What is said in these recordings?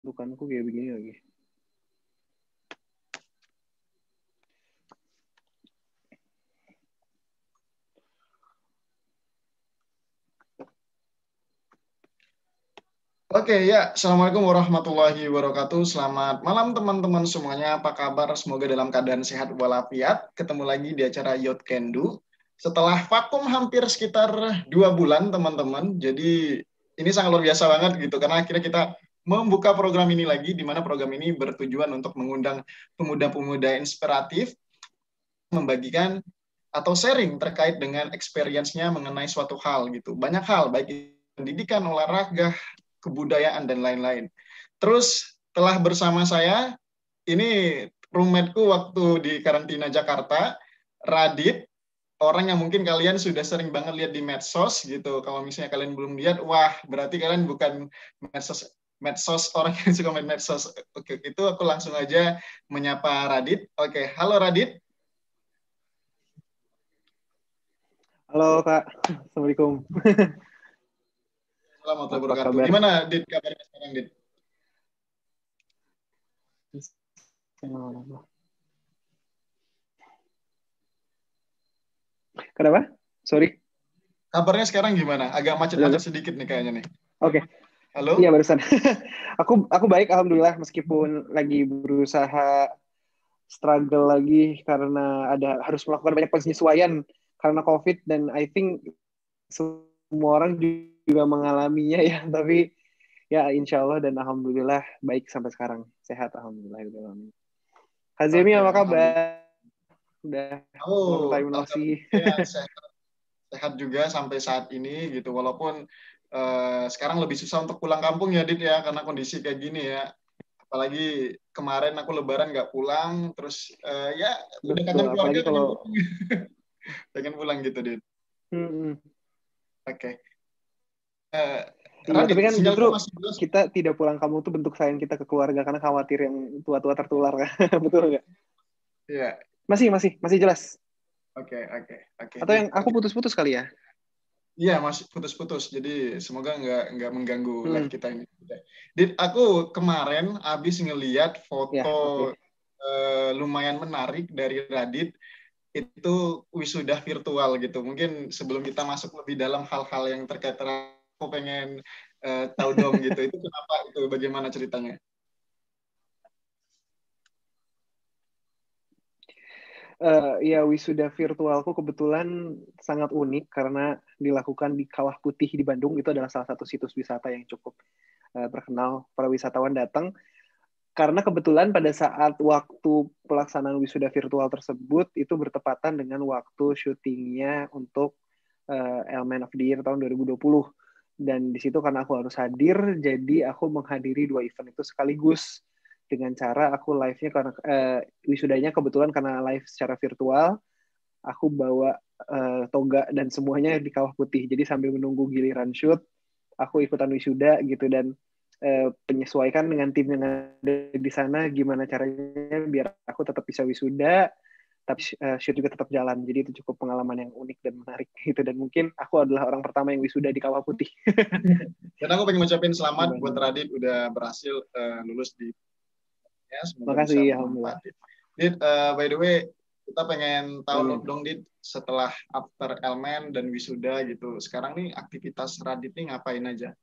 Bukanku kayak begini lagi. Oke ya, Assalamualaikum warahmatullahi wabarakatuh. Selamat malam teman-teman semuanya. Apa kabar? Semoga dalam keadaan sehat walafiat. Ketemu lagi di acara Youth Can Do. Setelah vakum hampir sekitar 2 bulan teman-teman. Jadi ini sangat luar biasa banget gitu. Karena akhirnya kita membuka program ini lagi. Di mana program ini bertujuan untuk mengundang pemuda-pemuda inspiratif. Membagikan atau sharing terkait dengan experience-nya mengenai suatu hal gitu. Banyak hal, baik pendidikan, olahraga, kebudayaan, dan lain-lain. Terus telah bersama saya, ini roommate-ku waktu di karantina Jakarta, Radit, orang yang mungkin kalian sudah sering banget lihat di medsos gitu. Kalau misalnya kalian belum lihat, wah berarti kalian bukan medsos orang yang suka main medsos. Oke, itu aku langsung aja menyapa Radit. Oke, halo Radit. Halo Kak, Assalamualaikum. Selamat Apa wabarakatuh. kabar? Gimana Dit kabarnya sekarang Dit? Kenapa? Sorry. Kabarnya sekarang gimana? Agak Halo. macet-macet sedikit nih kayaknya nih. Oke. Iya Halo? barusan. aku baik alhamdulillah meskipun lagi berusaha struggle lagi karena harus melakukan banyak penyesuaian karena COVID dan I think semua orang juga mengalaminya ya. Tapi ya insya Allah dan alhamdulillah baik sampai sekarang. Sehat alhamdulillah. Kak Zemi Oke, apa alhamdulillah. kabar? Udah long Oh, time no see. alhamdulillah sehat juga sampai saat ini gitu. Walaupun sekarang lebih susah untuk pulang kampung ya Dit ya karena kondisi kayak gini ya. Apalagi kemarin aku Lebaran nggak pulang, terus ya udah Betul, kangen keluarga, apalagi pengen kalau pulang, pengen pulang gitu Dit. hmm, Oke. Eh, iya, tapi Radit, kan sinyalku justru masih jelas. kita tidak pulang kampung tuh bentuk sayang kita ke keluarga karena khawatir yang tua-tua tertular kan. Betul nggak? Iya, Masih jelas. oke, oke, oke, Atau Dit. yang aku Oke. putus-putus kali ya? Iya, masih putus-putus. Jadi semoga nggak mengganggu live Hmm, kita ini. Dit, aku kemarin habis ngeliat foto ya, oke. lumayan menarik dari Radit. Itu wisuda virtual gitu. Mungkin sebelum kita masuk lebih dalam hal-hal yang terkait aku pengen tahu dong gitu. Itu kenapa itu? Bagaimana ceritanya? Ya wisuda virtualku kebetulan sangat unik karena dilakukan di Kawah Putih di Bandung. Itu adalah salah satu situs wisata yang cukup terkenal. Para wisatawan datang karena kebetulan pada saat waktu pelaksanaan wisuda virtual tersebut itu bertepatan dengan waktu syutingnya untuk Elemen of the Year tahun 2020. Dan di situ karena aku harus hadir, jadi aku menghadiri 2 event itu sekaligus dengan cara aku live-nya karena wisudanya kebetulan karena live secara virtual, aku bawa toga dan semuanya di Kawah Putih. Jadi sambil menunggu giliran shoot, aku ikutan wisuda gitu dan penyesuaikan dengan tim yang ada di sana gimana caranya biar aku tetap bisa wisuda tapi shoot juga tetap jalan. Jadi itu cukup pengalaman yang unik dan menarik gitu dan mungkin aku adalah orang pertama yang wisuda di Kawah Putih Dan aku pengen ngucapin di selamat buat Bandung. Radit udah berhasil lulus di ya. Semoga bisa Makasih alhamdulillah. bermanfaat. Dit, by the way, kita pengen tahu Amin. dong Dit, setelah after Elmen dan wisuda gitu. Sekarang nih aktivitas Radit nih ngapain aja?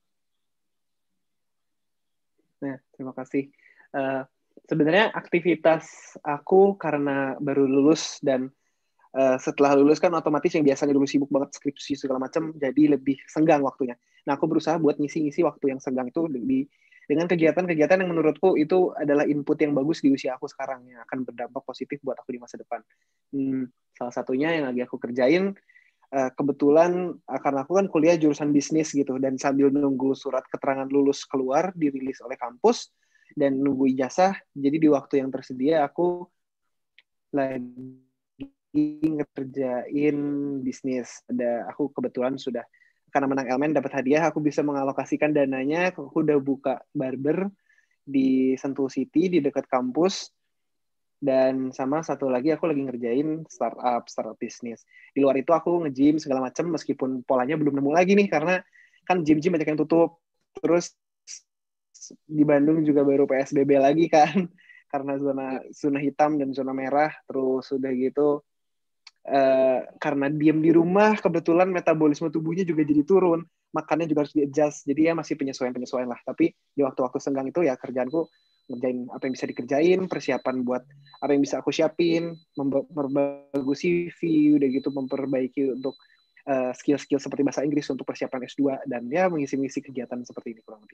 Nah, terima kasih. Uh, Sebenarnya aktivitas aku karena baru lulus dan setelah lulus kan otomatis yang biasanya dulu sibuk banget skripsi segala macam jadi lebih senggang waktunya. Nah, aku berusaha buat ngisi-ngisi waktu yang senggang itu dengan kegiatan-kegiatan yang menurutku itu adalah input yang bagus di usia aku sekarang yang akan berdampak positif buat aku di masa depan. Salah satunya yang lagi aku kerjain kebetulan karena aku kan kuliah jurusan bisnis gitu dan sambil nunggu surat keterangan lulus keluar dirilis oleh kampus dan nunggu ijazah, jadi di waktu yang tersedia aku lagi ngerjain bisnis. Aku kebetulan sudah karena menang Elmen dapat hadiah, aku bisa mengalokasikan dananya. Aku udah buka barber di Sentul City di dekat kampus. Dan sama satu lagi aku lagi ngerjain startup bisnis. Di luar itu aku nge-gym segala macam meskipun polanya belum nemu lagi nih karena kan gym-gym banyak yang tutup. Terus di Bandung juga baru PSBB lagi kan, karena zona hitam dan zona merah. Terus udah gitu karena diem di rumah, kebetulan metabolisme tubuhnya juga jadi turun, makannya juga harus di-adjust. Jadi ya masih penyesuaian lah. Tapi di waktu-waktu senggang itu ya kerjaanku ngerjain apa yang bisa dikerjain, persiapan buat apa yang bisa aku siapin, memperbagus CV, udah gitu memperbaiki untuk skill-skill seperti bahasa Inggris untuk persiapan S2, dan ya mengisi-ngisi kegiatan seperti ini kurang lebih.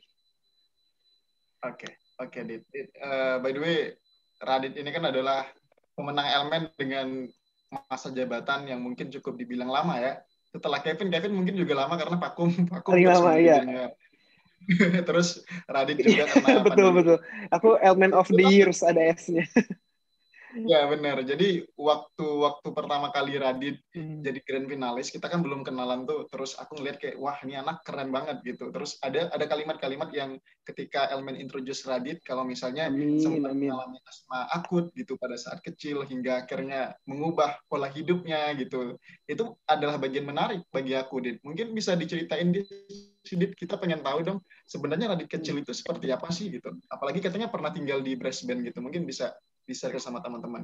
Oke, Dit. By the way, Radit ini kan adalah pemenang elemen dengan masa jabatan yang mungkin cukup dibilang lama ya. Setelah Kevin mungkin juga lama karena vakum Paling terus lama, nanti ya. dia terus Radit juga karena pandemi. Betul. Aku elemen of the years, ada S-nya. Ya benar. Jadi waktu pertama kali Radit jadi grand finalis, kita kan belum kenalan tuh. Terus aku ngeliat kayak wah ini anak keren banget gitu. Terus ada kalimat-kalimat yang ketika elemen introduce Radit kalau misalnya sempat mengalami asma akut gitu pada saat kecil hingga akhirnya mengubah pola hidupnya gitu. Itu adalah bagian menarik bagi aku, Dit. Mungkin bisa diceritain Dit, kita pengen tahu dong sebenarnya Radit kecil itu seperti apa sih gitu. Apalagi katanya pernah tinggal di Brisbane gitu. Mungkin bisa sama teman-teman.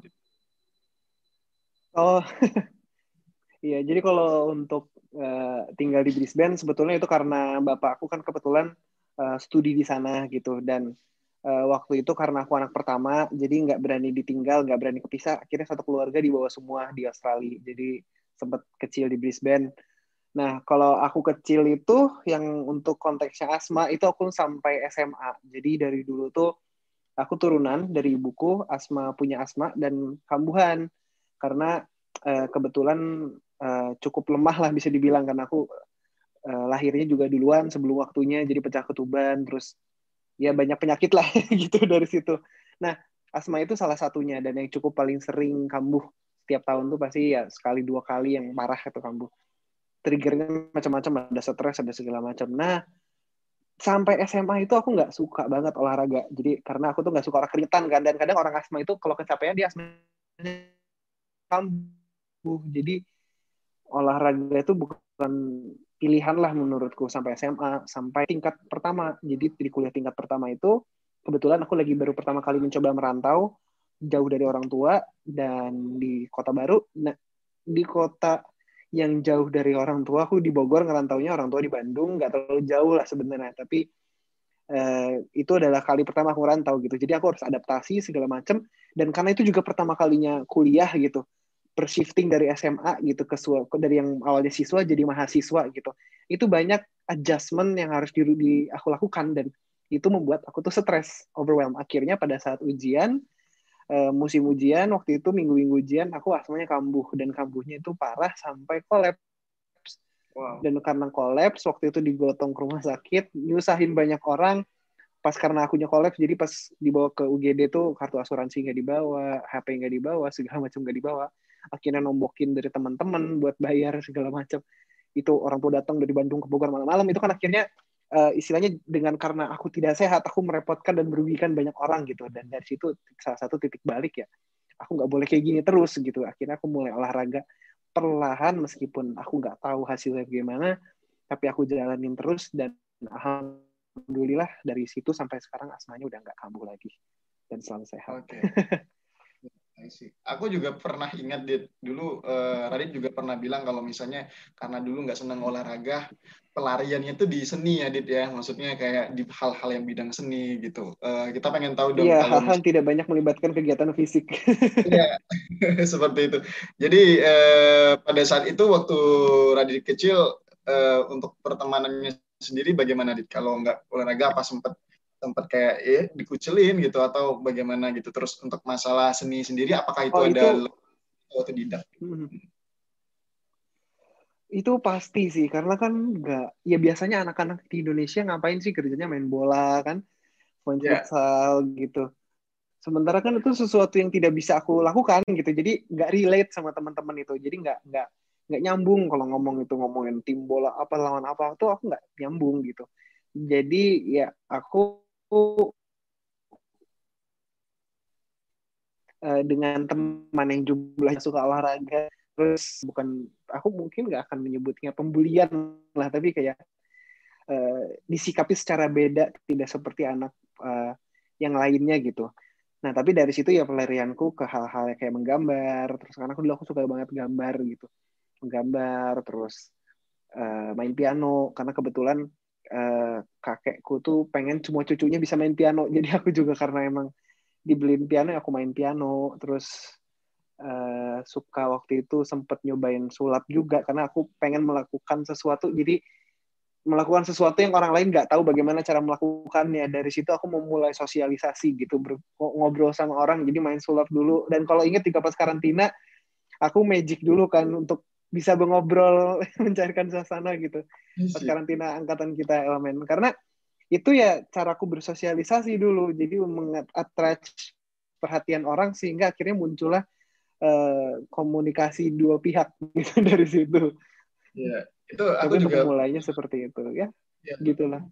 Oh, iya. Jadi kalau untuk tinggal di Brisbane, sebetulnya itu karena bapak aku kan kebetulan studi di sana gitu. Dan waktu itu karena aku anak pertama, jadi nggak berani ditinggal, nggak berani kepisah. Akhirnya satu keluarga dibawa semua di Australia. Jadi sempat kecil di Brisbane. Nah, kalau aku kecil itu, yang untuk konteksnya asma, itu aku sampai SMA. Jadi dari dulu tuh, aku turunan dari ibuku, punya asma dan kambuhan. Karena kebetulan cukup lemah lah bisa dibilang, karena aku lahirnya juga duluan sebelum waktunya, jadi pecah ketuban, terus ya banyak penyakit lah gitu dari situ. Nah, asma itu salah satunya, dan yang cukup paling sering kambuh setiap tahun tuh pasti ya sekali 2 kali yang parah itu kambuh. Triggernya macam-macam, ada stres, ada segala macam. Nah, sampai SMA itu aku nggak suka banget olahraga. Jadi karena aku tuh nggak suka orang keringetan kan, dan kadang orang asma itu kalau kecapean dia asma kambuh. Jadi olahraga itu bukan pilihan lah menurutku sampai SMA, sampai tingkat pertama. Jadi di kuliah tingkat pertama itu kebetulan aku lagi baru pertama kali mencoba merantau jauh dari orang tua dan di kota baru. Nah, di kota yang jauh dari orang tua, aku di Bogor, ngerantaunya orang tua di Bandung, nggak terlalu jauh lah sebenarnya, tapi itu adalah kali pertama aku rantau gitu, jadi aku harus adaptasi segala macam, dan karena itu juga pertama kalinya kuliah gitu, shifting dari SMA gitu dari yang awalnya siswa jadi mahasiswa gitu, itu banyak adjustment yang harus aku lakukan, dan itu membuat aku tuh stres, overwhelmed. Akhirnya pada saat ujian, musim ujian waktu itu, minggu-minggu ujian, aku asmanya kambuh, dan kambuhnya itu parah sampai kolaps. Wow. Dan karena kolaps waktu itu digotong ke rumah sakit, nyusahin banyak orang. Pas karena akunya kolaps, jadi pas dibawa ke UGD tuh kartu asuransi nggak dibawa, HP nggak dibawa, segala macam nggak dibawa. Akhirnya nombokin dari teman-teman buat bayar segala macam. Itu orang tua datang dari Bandung ke Bogor malam-malam, itu kan akhirnya istilahnya dengan karena aku tidak sehat, aku merepotkan dan merugikan banyak orang gitu. Dan dari situ salah satu titik balik ya, aku nggak boleh kayak gini terus gitu. Akhirnya aku mulai olahraga perlahan, meskipun aku nggak tahu hasilnya gimana, tapi aku jalanin terus, dan alhamdulillah dari situ sampai sekarang asmanya udah nggak kambuh lagi dan selalu sehat. Oke. Aku juga pernah ingat dulu Radit juga pernah bilang kalau misalnya karena dulu nggak senang olahraga, pelariannya itu di seni ya Dit ya, maksudnya kayak di hal-hal yang bidang seni gitu. Kita pengen tahu dong Iya, kalau hal-hal tidak banyak melibatkan kegiatan fisik. Iya, seperti itu. Jadi pada saat itu waktu Radit kecil untuk pertemanannya sendiri bagaimana Dit? Kalau nggak olahraga apa sempat kayak dikucilin gitu atau bagaimana gitu. Terus untuk masalah seni sendiri apakah itu ada otodidak? Itu pasti sih, karena kan nggak, ya biasanya anak-anak di Indonesia ngapain sih, kerjanya main bola kan, main futsal gitu. Sementara kan itu sesuatu yang tidak bisa aku lakukan gitu, jadi nggak relate sama teman-teman itu, jadi nggak nyambung kalau ngomongin tim bola apa lawan apa tuh, aku nggak nyambung gitu. Jadi ya aku dengan teman yang jumlahnya suka olahraga, terus bukan, aku mungkin nggak akan menyebutnya pembulian lah, tapi kayak disikapi secara beda, tidak seperti anak yang lainnya gitu. Nah, tapi dari situ ya pelarianku ke hal-hal kayak menggambar. Terus karena aku suka banget gambar gitu. Menggambar, terus main piano. Karena kebetulan kakekku tuh pengen semua cucunya bisa main piano. Jadi aku juga karena emang dibeliin piano, aku main piano. Terus suka waktu itu sempet nyobain sulap juga. Karena aku pengen melakukan sesuatu. Jadi melakukan sesuatu yang orang lain nggak tahu bagaimana cara melakukannya. Dari situ aku memulai sosialisasi gitu, ngobrol sama orang, jadi main sulap dulu. Dan kalau ingat di pas karantina, aku magic dulu kan untuk bisa mengobrol, mencairkan suasana gitu. Pas karantina angkatan kita elemen. Karena itu ya caraku bersosialisasi dulu, jadi mengattract perhatian orang sehingga akhirnya muncullah komunikasi dua pihak gitu dari situ. Ya, itu aku Tapi untuk juga mulainya seperti itu ya, gitulah.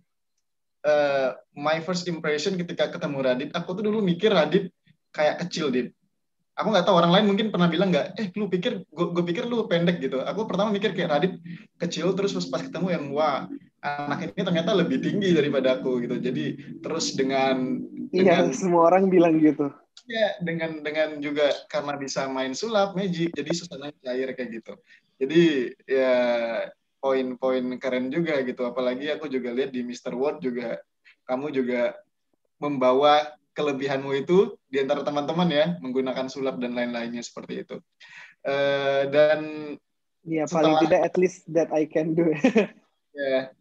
My first impression ketika ketemu Radit, aku tuh dulu mikir Radit kayak kecil, Dit. Aku nggak tahu orang lain mungkin pernah bilang nggak, lu pikir, gue pikir lu pendek gitu. Aku pertama mikir kayak Radit kecil, terus pas ketemu yang wah, anak ini ternyata lebih tinggi daripada aku gitu. Jadi terus dengan Semua orang bilang gitu. Ya, dengan juga karena bisa main sulap, magic, jadi suasana cair kayak gitu. Jadi ya poin-poin keren juga gitu. Apalagi aku juga lihat di Mr. World juga, kamu juga membawa kelebihanmu itu di antara teman-teman ya, menggunakan sulap dan lain-lainnya seperti itu. Dan ya paling setelah tidak at least that I can do. ya,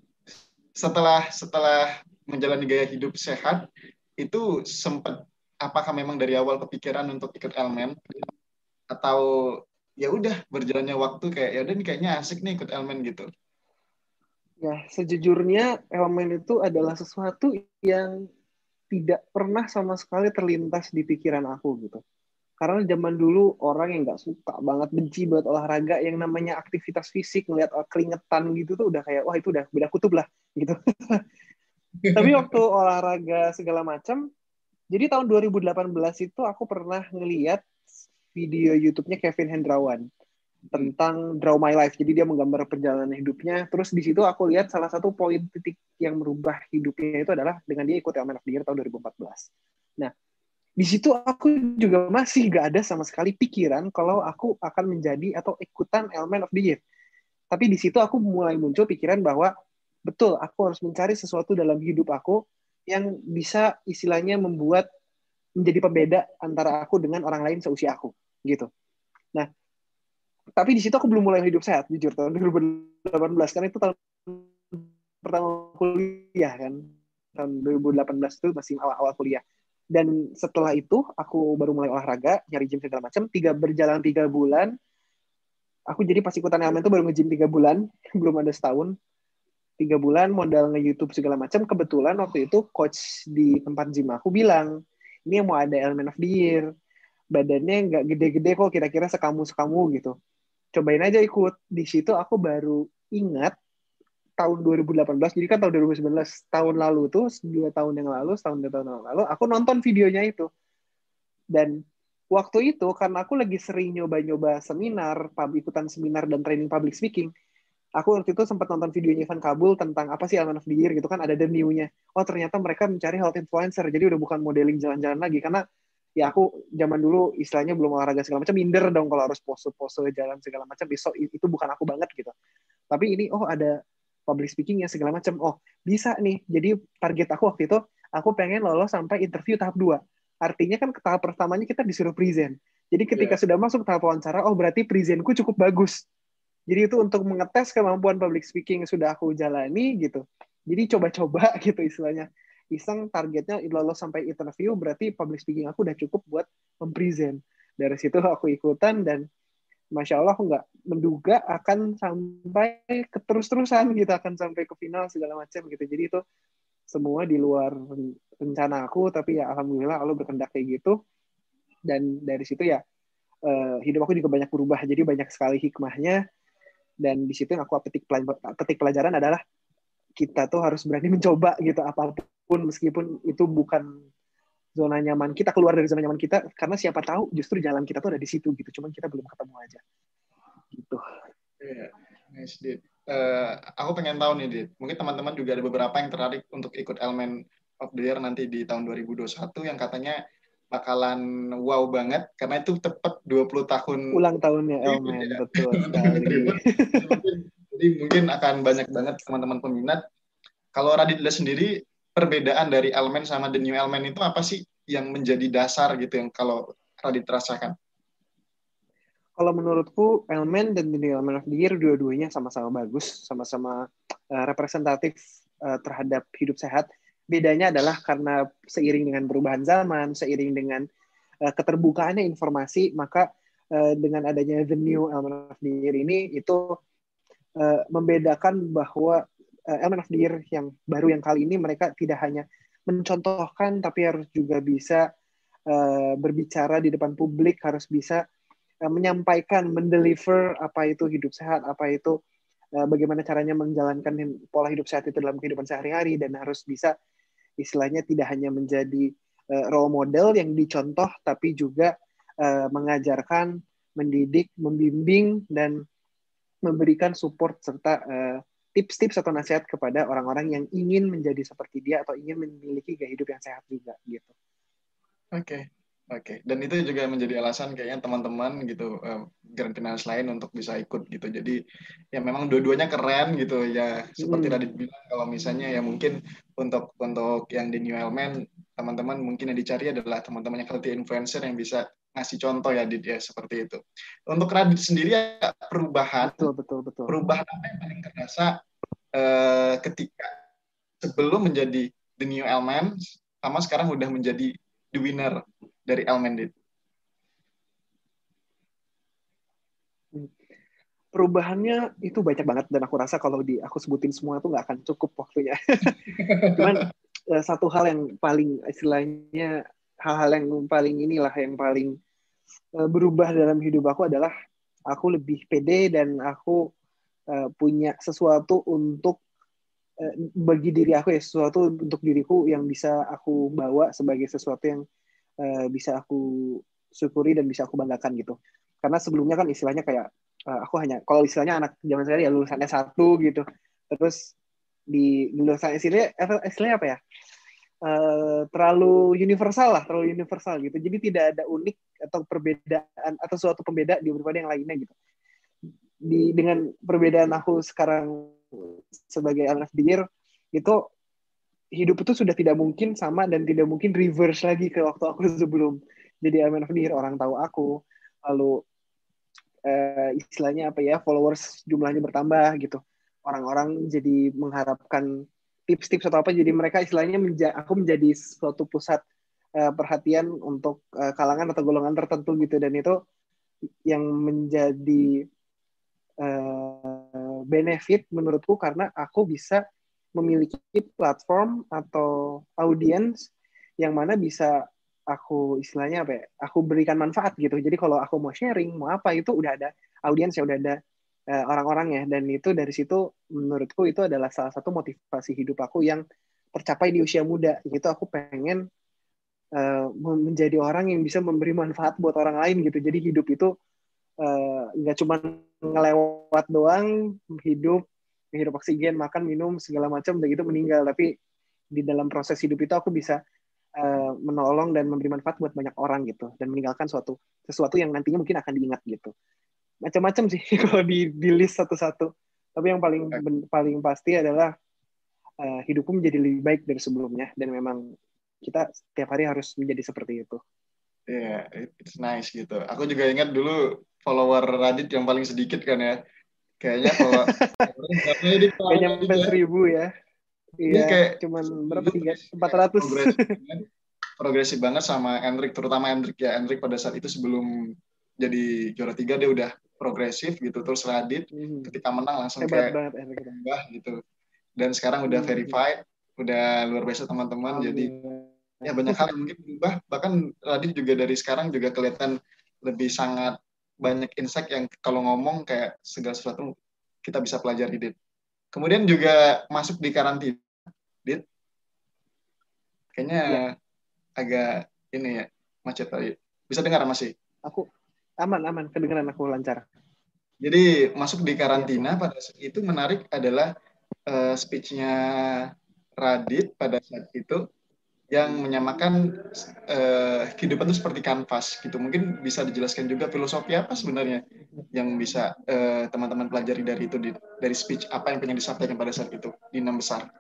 setelah menjalani gaya hidup sehat, itu sempat apakah memang dari awal kepikiran untuk ikut elemen atau ya udah berjalannya waktu kayak ya udah nih kayaknya asik nih ikut elemen gitu. Ya, sejujurnya elemen itu adalah sesuatu yang tidak pernah sama sekali terlintas di pikiran aku gitu. Karena zaman dulu orang yang nggak suka banget, benci buat olahraga, yang namanya aktivitas fisik, ngeliat keringetan gitu tuh udah kayak, wah itu udah beda kutub lah gitu. Tapi waktu olahraga segala macam, jadi tahun 2018 itu aku pernah ngeliat video YouTube-nya Kevin Hendrawan tentang Draw My Life. Jadi dia menggambar perjalanan hidupnya. Terus di situ aku lihat salah satu poin titik yang merubah hidupnya itu adalah dengan dia ikut Elemen of the Year tahun 2014. Nah, di situ aku juga masih gak ada sama sekali pikiran kalau aku akan menjadi atau ikutan Elemen of the Year. Tapi di situ aku mulai muncul pikiran bahwa betul, aku harus mencari sesuatu dalam hidup aku yang bisa istilahnya membuat menjadi pembeda antara aku dengan orang lain seusia aku gitu. Nah, tapi di situ aku belum mulai hidup sehat jujur tahun 2018 karena itu tahun pertama kuliah kan. Tahun 2018 itu masih awal-awal kuliah. Dan setelah itu aku baru mulai olahraga, nyari gym segala macam, berjalan 3 bulan. Aku jadi pas ikutan elemen itu baru nge-gym 3 bulan, belum ada setahun. 3 bulan modal nge-YouTube segala macam. Kebetulan waktu itu coach di tempat gym aku bilang, ini mau ada Elemen of the Year. Badannya nggak gede-gede kok, kira-kira sekamu-sekamu gitu. Cobain aja ikut. Di situ aku baru ingat tahun 2018, jadi kan tahun 2019, tahun lalu tuh, 2 tahun yang lalu, setahun 2 tahun yang lalu, aku nonton videonya itu. Dan waktu itu, karena aku lagi sering nyoba-nyoba seminar, ikutan seminar dan training public speaking, aku waktu itu sempat nonton videonya Ivan Kabul tentang apa sih Elemen of the Year gitu kan, ada the new-nya. Oh ternyata mereka mencari health influencer, jadi udah bukan modeling jalan-jalan lagi, karena ya aku zaman dulu istilahnya belum olahraga segala macam, minder dong kalau harus pose-pose jalan segala macam, besok itu bukan aku banget gitu. Tapi ini ada public speaking ya segala macam, oh bisa nih. Jadi target aku waktu itu, aku pengen lolos sampai interview tahap 2. Artinya kan tahap pertamanya kita disuruh present. Jadi ketika sudah masuk tahap wawancara, oh berarti presentku cukup bagus. Jadi itu untuk mengetes kemampuan public speaking sudah aku jalani gitu. Jadi coba-coba gitu istilahnya. Iseng targetnya lolos sampai interview, berarti public speaking aku udah cukup buat mempresent. Dari situ aku ikutan dan Masya Allah aku nggak menduga akan sampai keterus-terusan gitu, akan sampai ke final segala macam gitu. Jadi itu semua di luar rencana aku, tapi ya Alhamdulillah Allah berkehendak kayak gitu. Dan dari situ ya hidup aku juga banyak berubah, jadi banyak sekali hikmahnya. Dan di situ yang aku petik pelajaran adalah kita tuh harus berani mencoba gitu apapun, meskipun itu bukan zona nyaman kita, keluar dari zona nyaman kita, karena siapa tahu justru jalan kita tuh ada di situ gitu, cuman kita belum ketemu aja gitu. Yeah, nice, Dit. aku pengen tahu nih, Dit. Mungkin teman-teman juga ada beberapa yang tertarik untuk ikut Elemen of the Year nanti di tahun 2021 yang katanya bakalan wow banget karena itu tepat 20 tahun Ulang tahunnya tribut Elmen, ya. betul Tahunnya sekali. tribut. Jadi mungkin akan banyak banget teman-teman peminat. Kalau Radit sendiri, perbedaan dari Elemen sama The New Elemen itu apa sih yang menjadi dasar gitu yang kalau Radit rasakan? Kalau menurutku, Elmen dan The New Element of the Year dua-duanya sama-sama bagus, sama-sama representatif terhadap hidup sehat. Bedanya adalah karena seiring dengan perubahan zaman, seiring dengan keterbukaannya informasi, maka dengan adanya The New Element of the Year ini, itu membedakan bahwa Element of the Year yang baru yang kali ini, mereka tidak hanya mencontohkan, tapi harus juga bisa berbicara di depan publik, harus bisa menyampaikan, mendeliver apa itu hidup sehat, apa itu bagaimana caranya menjalankan pola hidup sehat itu dalam kehidupan sehari-hari, dan harus bisa istilahnya tidak hanya menjadi role model yang dicontoh, tapi juga mengajarkan, mendidik, membimbing, dan memberikan support serta tips-tips atau nasihat kepada orang-orang yang ingin menjadi seperti dia atau ingin memiliki gaya hidup yang sehat juga gitu. Oke, oke. Dan itu juga menjadi alasan kayaknya teman-teman gitu, Grand Finalis lain untuk bisa ikut gitu. Jadi ya memang dua-duanya keren gitu ya. Seperti Radit bilang kalau misalnya ya mungkin untuk yang di New Element, teman-teman mungkin yang dicari adalah teman-teman yang healthy influencer yang bisa ngasih contoh ya, Dit, ya seperti itu. Untuk Radit sendiri ya Betul, betul, betul. perubahan apa yang paling terasa ketika sebelum menjadi the new Elman sama sekarang udah menjadi the winner dari Elman, Dit? Perubahannya itu banyak banget, dan aku rasa kalau aku sebutin semua itu nggak akan cukup waktunya. Cuman satu hal yang paling istilahnya, hal-hal yang paling inilah yang paling berubah dalam hidup aku adalah aku lebih pede, dan aku punya sesuatu untuk bagi diri aku ya, sesuatu untuk diriku yang bisa aku bawa sebagai sesuatu yang bisa aku syukuri dan bisa aku banggakan gitu. Karena sebelumnya kan istilahnya kayak aku hanya, kalau istilahnya anak zaman sekarang ya lulusannya satu gitu, terus di lulusan istilahnya apa ya, terlalu universal gitu. Jadi tidak ada unik atau perbedaan atau suatu pembeda daripada yang lainnya gitu. Dengan perbedaan aku sekarang sebagai anak year itu, hidup itu sudah tidak mungkin sama dan tidak mungkin reverse lagi ke waktu aku sebelum jadi Element of the Year. Orang tahu aku, lalu istilahnya apa ya, followers jumlahnya bertambah gitu, orang-orang jadi mengharapkan tips-tips atau apa, jadi mereka istilahnya aku menjadi suatu pusat perhatian untuk kalangan atau golongan tertentu gitu, dan itu yang menjadi benefit menurutku karena aku bisa memiliki platform atau audiens yang mana bisa aku istilahnya apa ya, aku berikan manfaat gitu. Jadi kalau aku mau sharing, mau apa, itu udah ada audiens ya, udah ada orang-orang ya, dan itu dari situ menurutku itu adalah salah satu motivasi hidup aku yang tercapai di usia muda gitu. Aku pengen menjadi orang yang bisa memberi manfaat buat orang lain gitu. Jadi hidup itu nggak cuma ngelewat doang, hidup menghirup oksigen, makan, minum, segala macam, begitu meninggal. Tapi di dalam proses hidup itu aku bisa menolong dan memberi manfaat buat banyak orang gitu, dan meninggalkan sesuatu yang nantinya mungkin akan diingat gitu. Macam-macam sih kalau di list satu-satu. Tapi yang paling pasti adalah hidupku menjadi lebih baik dari sebelumnya, dan memang kita setiap hari harus menjadi seperti itu. Yeah, it's nice gitu. Aku juga ingat dulu follower Radit yang paling sedikit kan ya. Kayaknya kalau Gak nyampe 1.000 ya. ini Iya, kayak cuman berapa, 400. progresif banget sama Endrik, terutama Endrik ya. Endrik pada saat itu sebelum jadi juara 3 dia udah progresif gitu. Terus Radit ketika menang langsung Hebat kayak banget berubah gitu. Dan sekarang udah verified, udah luar biasa teman-teman. Jadi ya banyak hal yang mungkin berubah. Bahkan Radit juga dari sekarang juga kelihatan lebih sangat banyak insight yang kalau ngomong kayak segala sesuatu kita bisa pelajari, Dit. Kemudian juga masuk di karantina, Dit. Kayaknya ya, agak ini ya, macet tadi. Bisa dengar masih? aku aman, kedengeran aku lancar. Jadi masuk di Iya sih. karantina pada saat itu menarik adalah speech-nya Radit pada saat itu yang menyamakan kehidupan itu seperti kanvas gitu. Mungkin bisa dijelaskan juga filosofi apa sebenarnya yang bisa teman-teman pelajari dari itu dari speech apa yang pengen disampaikan pada saat itu di enam besar.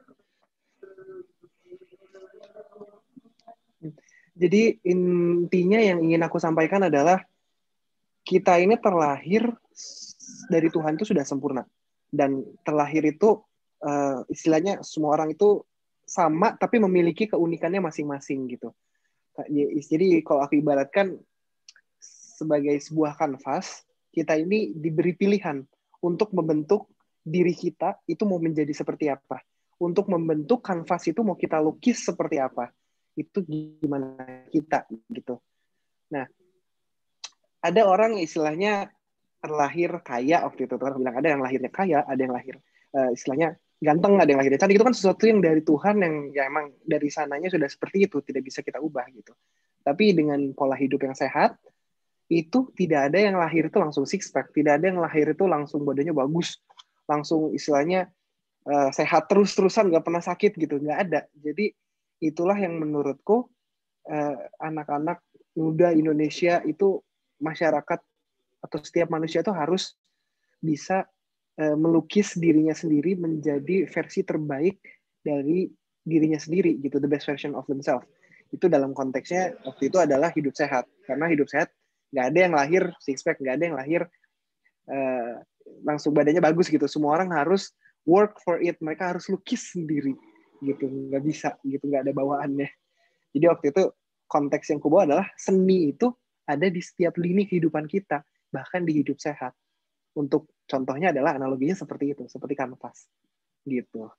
Jadi intinya yang ingin aku sampaikan adalah kita ini terlahir dari Tuhan itu sudah sempurna. Dan terlahir itu istilahnya semua orang itu sama tapi memiliki keunikannya masing-masing gitu. Jadi kalau aku ibaratkan sebagai sebuah kanvas, kita ini diberi pilihan untuk membentuk diri kita itu mau menjadi seperti apa. Untuk membentuk kanvas itu mau kita lukis seperti apa. Itu gimana kita gitu. Nah, ada orang istilahnya terlahir kaya waktu itu orang bilang ada yang lahirnya kaya, ada yang lahir istilahnya ganteng, ada yang lahirnya cantik. Itu kan sesuatu yang dari Tuhan yang ya emang dari sananya sudah seperti itu, tidak bisa kita ubah gitu. Tapi dengan pola hidup yang sehat, itu tidak ada yang lahir itu langsung six pack, tidak ada yang lahir itu langsung badannya bagus, langsung istilahnya sehat terus-terusan, nggak pernah sakit gitu, nggak ada. Jadi itulah yang menurutku anak-anak muda Indonesia itu masyarakat atau setiap manusia itu harus bisa melukis dirinya sendiri menjadi versi terbaik dari dirinya sendiri gitu, the best version of themselves. Itu dalam konteksnya waktu itu adalah hidup sehat, karena hidup sehat nggak ada yang lahir six pack, nggak ada yang lahir uh, langsung badannya bagus gitu. Semua orang harus work for it, mereka harus lukis sendiri gitu, nggak bisa gitu, nggak ada bawaannya. Jadi waktu itu konteks yang kubawa adalah seni itu ada di setiap lini kehidupan kita, bahkan di hidup sehat. Untuk contohnya adalah analoginya seperti itu, seperti kanvas gitu.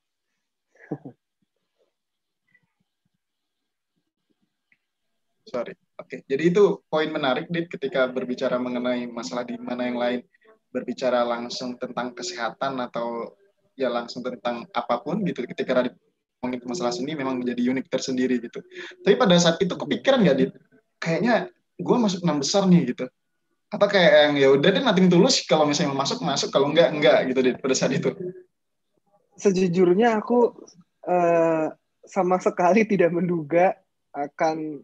Sorry. Oke, jadi itu poin menarik, Dit, ketika berbicara mengenai masalah di mana yang lain berbicara langsung tentang kesehatan atau ya langsung tentang apapun gitu. Ketika Radit ngomongin masalah seni memang menjadi unik tersendiri gitu. Tapi pada saat itu kepikiran nggak, Dit? Kayaknya gue masuk enam besar nih gitu. Atau kayak yang ya udah deh nothing tulus, kalau misalnya mau masuk masuk, kalau enggak gitu, Dit, pada saat itu. Sejujurnya aku uh, sama sekali tidak menduga akan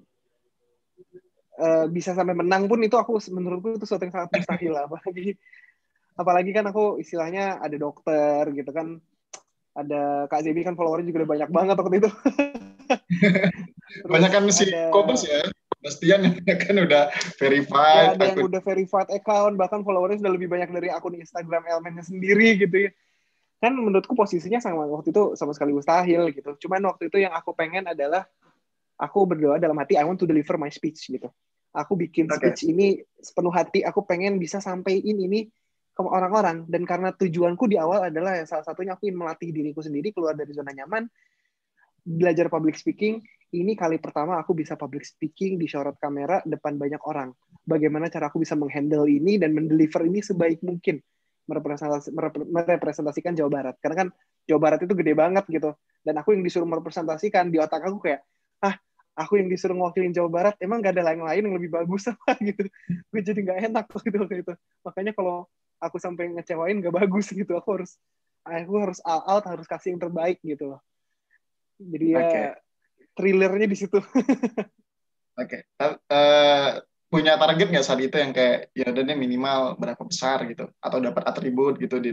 bisa sampai menang pun, itu aku menurutku itu sesuatu yang sangat mustahil, apalagi kan aku istilahnya ada dokter gitu kan, ada Kak Zebi kan followernya juga udah banyak banget waktu itu. Banyak Terus kan si ada Kobus ya, Bastian kan udah ya verified ada yang akun. udah verified account, bahkan followernya sudah lebih banyak dari akun Instagram elemennya sendiri gitu ya. Kan menurutku posisinya sama waktu itu sama sekali mustahil gitu. Cuman waktu itu yang aku pengen adalah aku berdoa dalam hati, I want to deliver my speech gitu. Aku bikin Oke. speech ini sepenuh hati, aku pengen bisa sampaikan ini ke orang-orang. Dan karena tujuanku di awal adalah salah satunya aku ingin melatih diriku sendiri keluar dari zona nyaman, belajar public speaking. Ini kali pertama aku bisa public speaking di sorot kamera depan banyak orang. Bagaimana cara aku bisa menghandle ini dan mendeliver ini sebaik mungkin, merepresentasikan Jawa Barat. Karena kan Jawa Barat itu gede banget gitu. Dan aku yang disuruh merepresentasikan, di otak aku kayak, aku yang disuruh ngewakilin Jawa Barat, emang gak ada lain-lain yang lebih bagus apa gitu. Gue jadi gak enak waktu itu. Makanya kalau aku sampai ngecewain gak bagus gitu. Aku harus all out, harus kasih yang terbaik gitu loh. Jadi Oke. ya thrillernya di situ. Oke. Punya target nggak saat itu yang kayak ya udah deh minimal berapa besar gitu atau dapat atribut gitu di.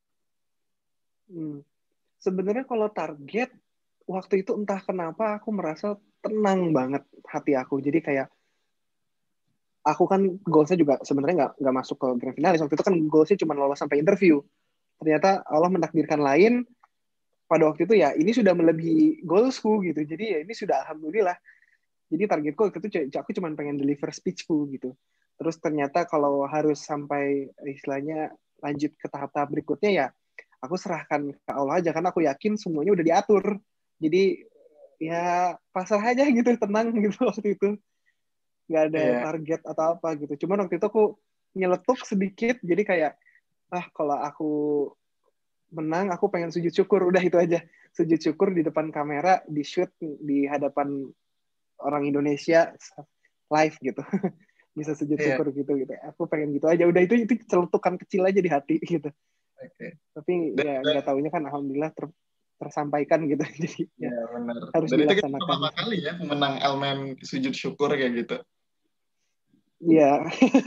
Sebenarnya kalau target waktu itu entah kenapa aku merasa tenang banget hati aku. Jadi kayak aku kan goalsnya juga sebenarnya nggak masuk ke grand finalis. Waktu itu kan goalsnya cuma lolos sampai interview. Ternyata Allah mentakdirkan lain. Pada waktu itu ya ini sudah melebihi goalsku gitu. Jadi ya ini sudah alhamdulillah. Jadi targetku waktu itu aku cuma pengen deliver speechku gitu. Terus ternyata kalau harus sampai istilahnya lanjut ke tahap-tahap berikutnya ya aku serahkan ke Allah aja karena aku yakin semuanya udah diatur. Jadi ya pasrah aja gitu, tenang gitu waktu itu. Nggak ada Iya. target atau apa gitu. Cuman waktu itu aku nyeletuk sedikit, jadi kayak, kalau aku menang, aku pengen sujud syukur, udah itu aja. Sujud syukur di depan kamera, di shoot, di hadapan orang Indonesia, live gitu. bisa sujud Iya, syukur gitu. Aku pengen gitu aja. Udah itu celutukan kecil aja di hati gitu. oke. Tapi Dan, ya nggak taunya kan alhamdulillah tersampaikan gitu. Jadi ya ya benar. harus Dan itu kita dilaksanakan. pertama kali ya pemenang Elmen sujud syukur kayak gitu. Iya.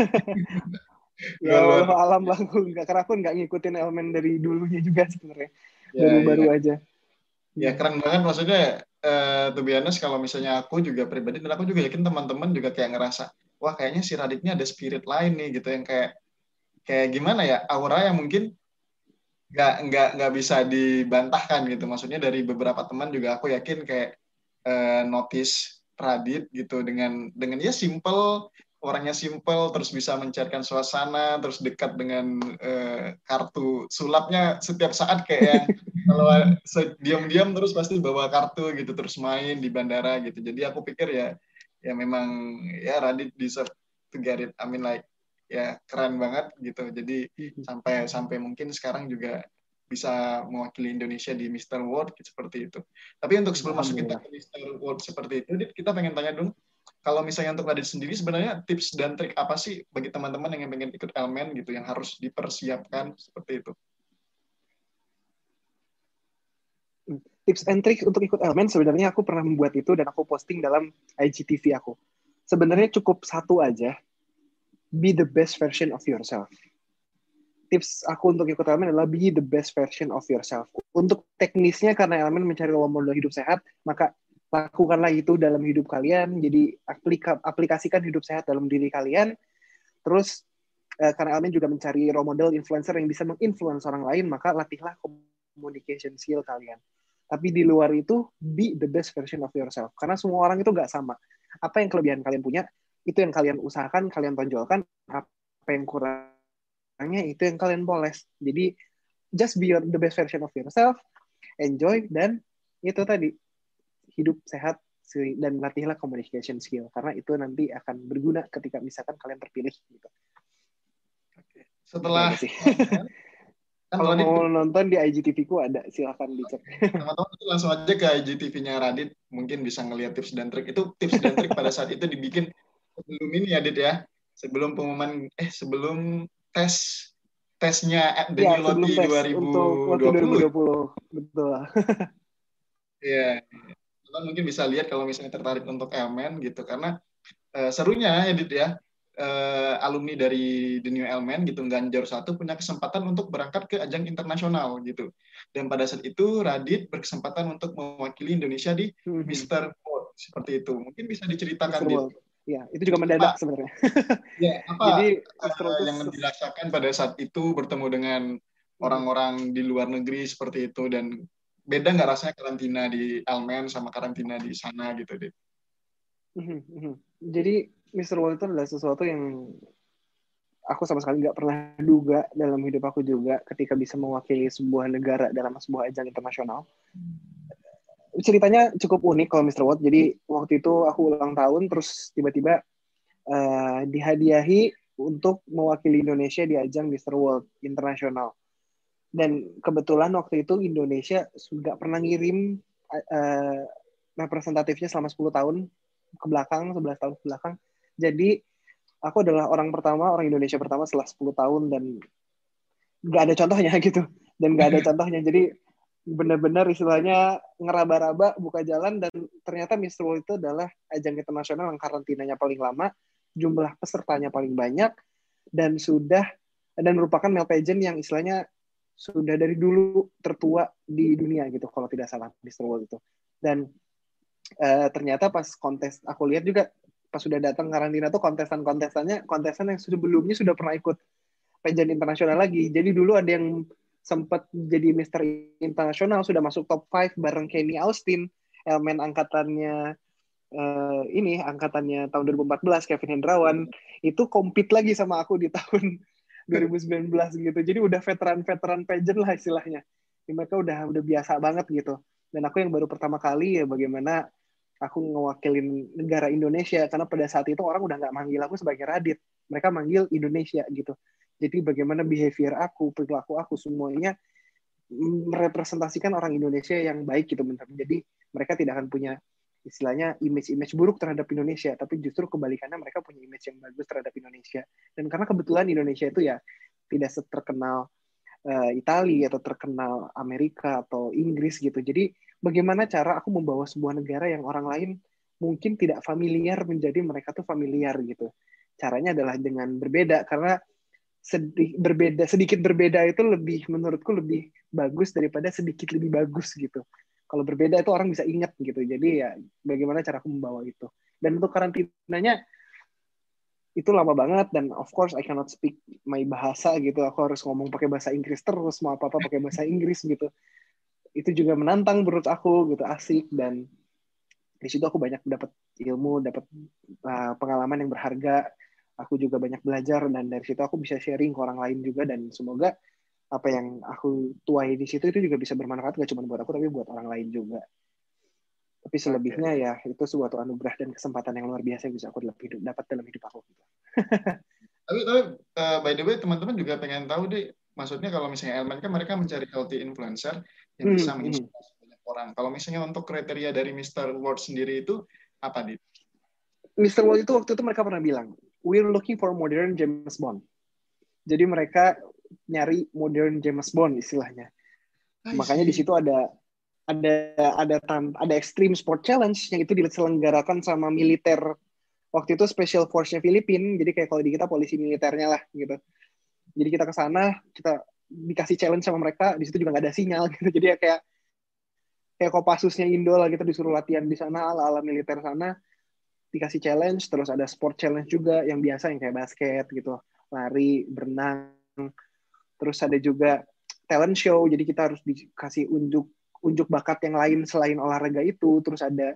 Ya Luar-luar. walau alam lah, karena aku nggak ngikutin elemen dari dulunya juga sebenarnya, Ya, baru-baru ya. aja. Ya keren banget maksudnya to be honest kalau misalnya aku juga pribadi dan aku juga yakin teman-teman juga kayak ngerasa wah kayaknya si Radit ini ada spirit lain nih gitu yang kayak kayak gimana ya aura yang mungkin nggak bisa dibantahkan gitu maksudnya dari beberapa teman juga aku yakin kayak notice Radit gitu dengan ya simple orangnya simple terus bisa mencairkan suasana terus dekat dengan kartu sulapnya setiap saat kayak yang kalau diam-diam terus pasti bawa kartu gitu terus main di bandara gitu jadi aku pikir ya ya memang ya Radit deserve to get it I mean like ya keren banget gitu jadi sampai sampai mungkin sekarang juga bisa mewakili Indonesia di Mr. World seperti itu. Tapi untuk sebelum masuk kita Alhamdulillah. ke Mr. World seperti itu, Dit, kita pengen tanya dong, kalau misalnya untuk Radit sendiri sebenarnya tips dan trik apa sih bagi teman-teman yang pengen ikut elemen gitu yang harus dipersiapkan seperti itu? Tips and trick untuk ikut elemen sebenarnya aku pernah membuat itu dan aku posting dalam IGTV aku. Sebenarnya cukup satu aja, be the best version of yourself. Tips aku untuk ikut elemen adalah be the best version of yourself. Untuk teknisnya karena elemen mencari role model hidup sehat, maka lakukanlah itu dalam hidup kalian. Jadi aplikasikan hidup sehat dalam diri kalian. Terus karena elemen juga mencari role model influencer yang bisa menginfluence orang lain, maka latihlah communication skill kalian. Tapi di luar itu, be the best version of yourself. Karena semua orang itu nggak sama. Apa yang kelebihan kalian punya, itu yang kalian usahakan, kalian tonjolkan. Apa yang kurangnya, itu yang kalian poles. Jadi, just be the best version of yourself, enjoy, dan itu tadi, hidup sehat, dan latihlah communication skill. Karena itu nanti akan berguna ketika misalkan kalian terpilih. Gitu. Itu Setelah aja sih. kan Kalau Radit mau nonton di IGTV ku ada, silahkan dicek. teman-teman langsung aja ke IGTV-nya Radit mungkin bisa ngelihat tips dan trik itu tips dan trik pada saat itu dibikin sebelum ini ya Dit ya sebelum pengumuman sebelum tesnya The Ya, New sebelum Loti tes untuk waktu 2020 2020. Betul. ya teman mungkin bisa lihat kalau misalnya tertarik untuk elemen gitu karena serunya Edit ya alumni dari The New Element gitu Ganjar satu punya kesempatan untuk berangkat ke ajang internasional gitu dan pada saat itu Radit berkesempatan untuk mewakili Indonesia di Mr. World seperti itu mungkin bisa diceritakan Mr. Dit World. Ya, itu juga mendadak apa sebenarnya. ya apa Jadi Mr. World yang itu dirasakan pada saat itu bertemu dengan orang-orang di luar negeri seperti itu dan beda nggak rasanya karantina di Almen sama karantina di sana gitu Dit? Jadi Mr. World itu adalah sesuatu yang aku sama sekali nggak pernah duga dalam hidup aku juga ketika bisa mewakili sebuah negara dalam sebuah ajang internasional. Ceritanya cukup unik kalau Mr. World. Jadi waktu itu aku ulang tahun terus tiba-tiba dihadiahi untuk mewakili Indonesia di ajang Mr. World Internasional. Dan kebetulan waktu itu Indonesia sudah pernah ngirim representatifnya selama 10 tahun ke belakang, 11 tahun ke belakang. Jadi aku adalah orang Indonesia pertama setelah 10 tahun dan nggak ada contohnya gitu. Dan nggak ada contohnya. Jadi benar-benar istilahnya ngeraba-raba buka jalan dan ternyata Mr. World itu adalah ajang internasional yang karantinanya paling lama, jumlah pesertanya paling banyak dan merupakan male pageant yang istilahnya sudah dari dulu tertua di dunia gitu kalau tidak salah Mr. World itu. Dan ternyata pas kontes aku lihat juga pas sudah datang karantina tuh kontestan yang sebelumnya sudah pernah ikut pageant internasional lagi. Jadi dulu ada yang sempat jadi Mister Internasional sudah masuk top 5 bareng Kenny Austin, elemen angkatannya angkatannya tahun 2014 Kevin Hendrawan itu compete lagi sama aku di tahun 2019 gitu. Jadi udah veteran pageant lah istilahnya. Mereka udah biasa banget gitu. Dan aku yang baru pertama kali ya bagaimana aku ngewakilin negara Indonesia karena pada saat itu orang udah nggak manggil aku sebagai Radit. Mereka manggil Indonesia gitu. Jadi bagaimana behavior aku, perilaku aku semuanya merepresentasikan orang Indonesia yang baik gitu benar. Jadi mereka tidak akan punya istilahnya image buruk terhadap Indonesia, tapi justru kebalikannya mereka punya image yang bagus terhadap Indonesia. Dan karena kebetulan Indonesia itu ya tidak seterkenal Italia atau terkenal Amerika atau Inggris gitu. Jadi bagaimana cara aku membawa sebuah negara yang orang lain mungkin tidak familiar menjadi mereka tuh familiar gitu. Caranya adalah dengan berbeda, karena sedikit berbeda itu lebih, menurutku lebih bagus daripada sedikit lebih bagus gitu. Kalau berbeda itu orang bisa ingat gitu. Jadi ya bagaimana cara aku membawa itu. Dan untuk karantinanya itu lama banget, dan of course I cannot speak my bahasa gitu. Aku harus ngomong pakai bahasa Inggris terus, mau apa-apa pakai bahasa Inggris gitu. Itu juga menantang menurut aku gitu, asik, dan di situ aku banyak dapat ilmu, dapat pengalaman yang berharga. Aku juga banyak belajar, dan dari situ aku bisa sharing ke orang lain juga, dan semoga apa yang aku tuai di situ itu juga bisa bermanfaat gak cuma buat aku tapi buat orang lain juga. Tapi selebihnya ya itu suatu anugerah dan kesempatan yang luar biasa yang bisa aku dapat dalam hidup aku gitu. Tapi by the way teman-teman juga pengen tahu deh, maksudnya kalau misalnya Elman kan mereka mencari healthy influencer yang bisa menginspirasi banyak orang. Kalau misalnya untuk kriteria dari Mr. World sendiri itu apa, Dit? Mr. World itu waktu itu mereka pernah bilang, we're looking for modern James Bond. Jadi mereka nyari modern James Bond istilahnya. Makanya di situ ada Extreme Sport Challenge yang itu diselenggarakan sama militer. Waktu itu Special Force-nya Filipina, jadi kayak kalau di kita polisi militernya lah gitu. Jadi kita ke sana, kita dikasih challenge sama mereka, di situ juga nggak ada sinyal gitu. Jadi ya kayak Kopassusnya Indo lah, kita disuruh latihan di sana ala-ala militer sana, dikasih challenge, terus ada sport challenge juga yang biasa yang kayak basket gitu, lari, berenang. Terus ada juga talent show, jadi kita harus dikasih unjuk bakat yang lain selain olahraga itu. Terus ada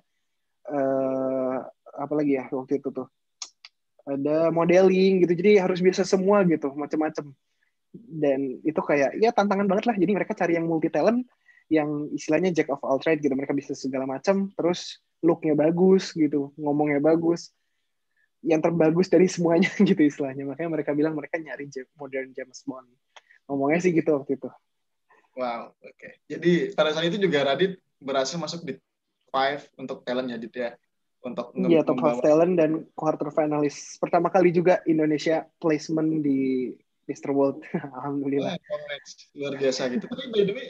apa lagi ya waktu itu tuh, ada modeling gitu, jadi harus bisa semua gitu, macam-macam. Dan itu kayak ya tantangan banget lah. Jadi mereka cari yang multi talent, yang istilahnya jack of all trade gitu, mereka bisa segala macam, terus looknya bagus gitu, ngomongnya bagus, yang terbagus dari semuanya gitu istilahnya. Makanya mereka bilang mereka nyari modern James Bond, ngomongnya sih gitu waktu itu. Wow, oke. Okay. Jadi pada saat itu juga Radit berhasil masuk di 5 untuk talent ya, Dit ya? Untuk Iya, top 5 talent dan quarter finalis. Pertama kali juga Indonesia placement di Mr. World. Alhamdulillah. Luar biasa gitu. Tapi by the way,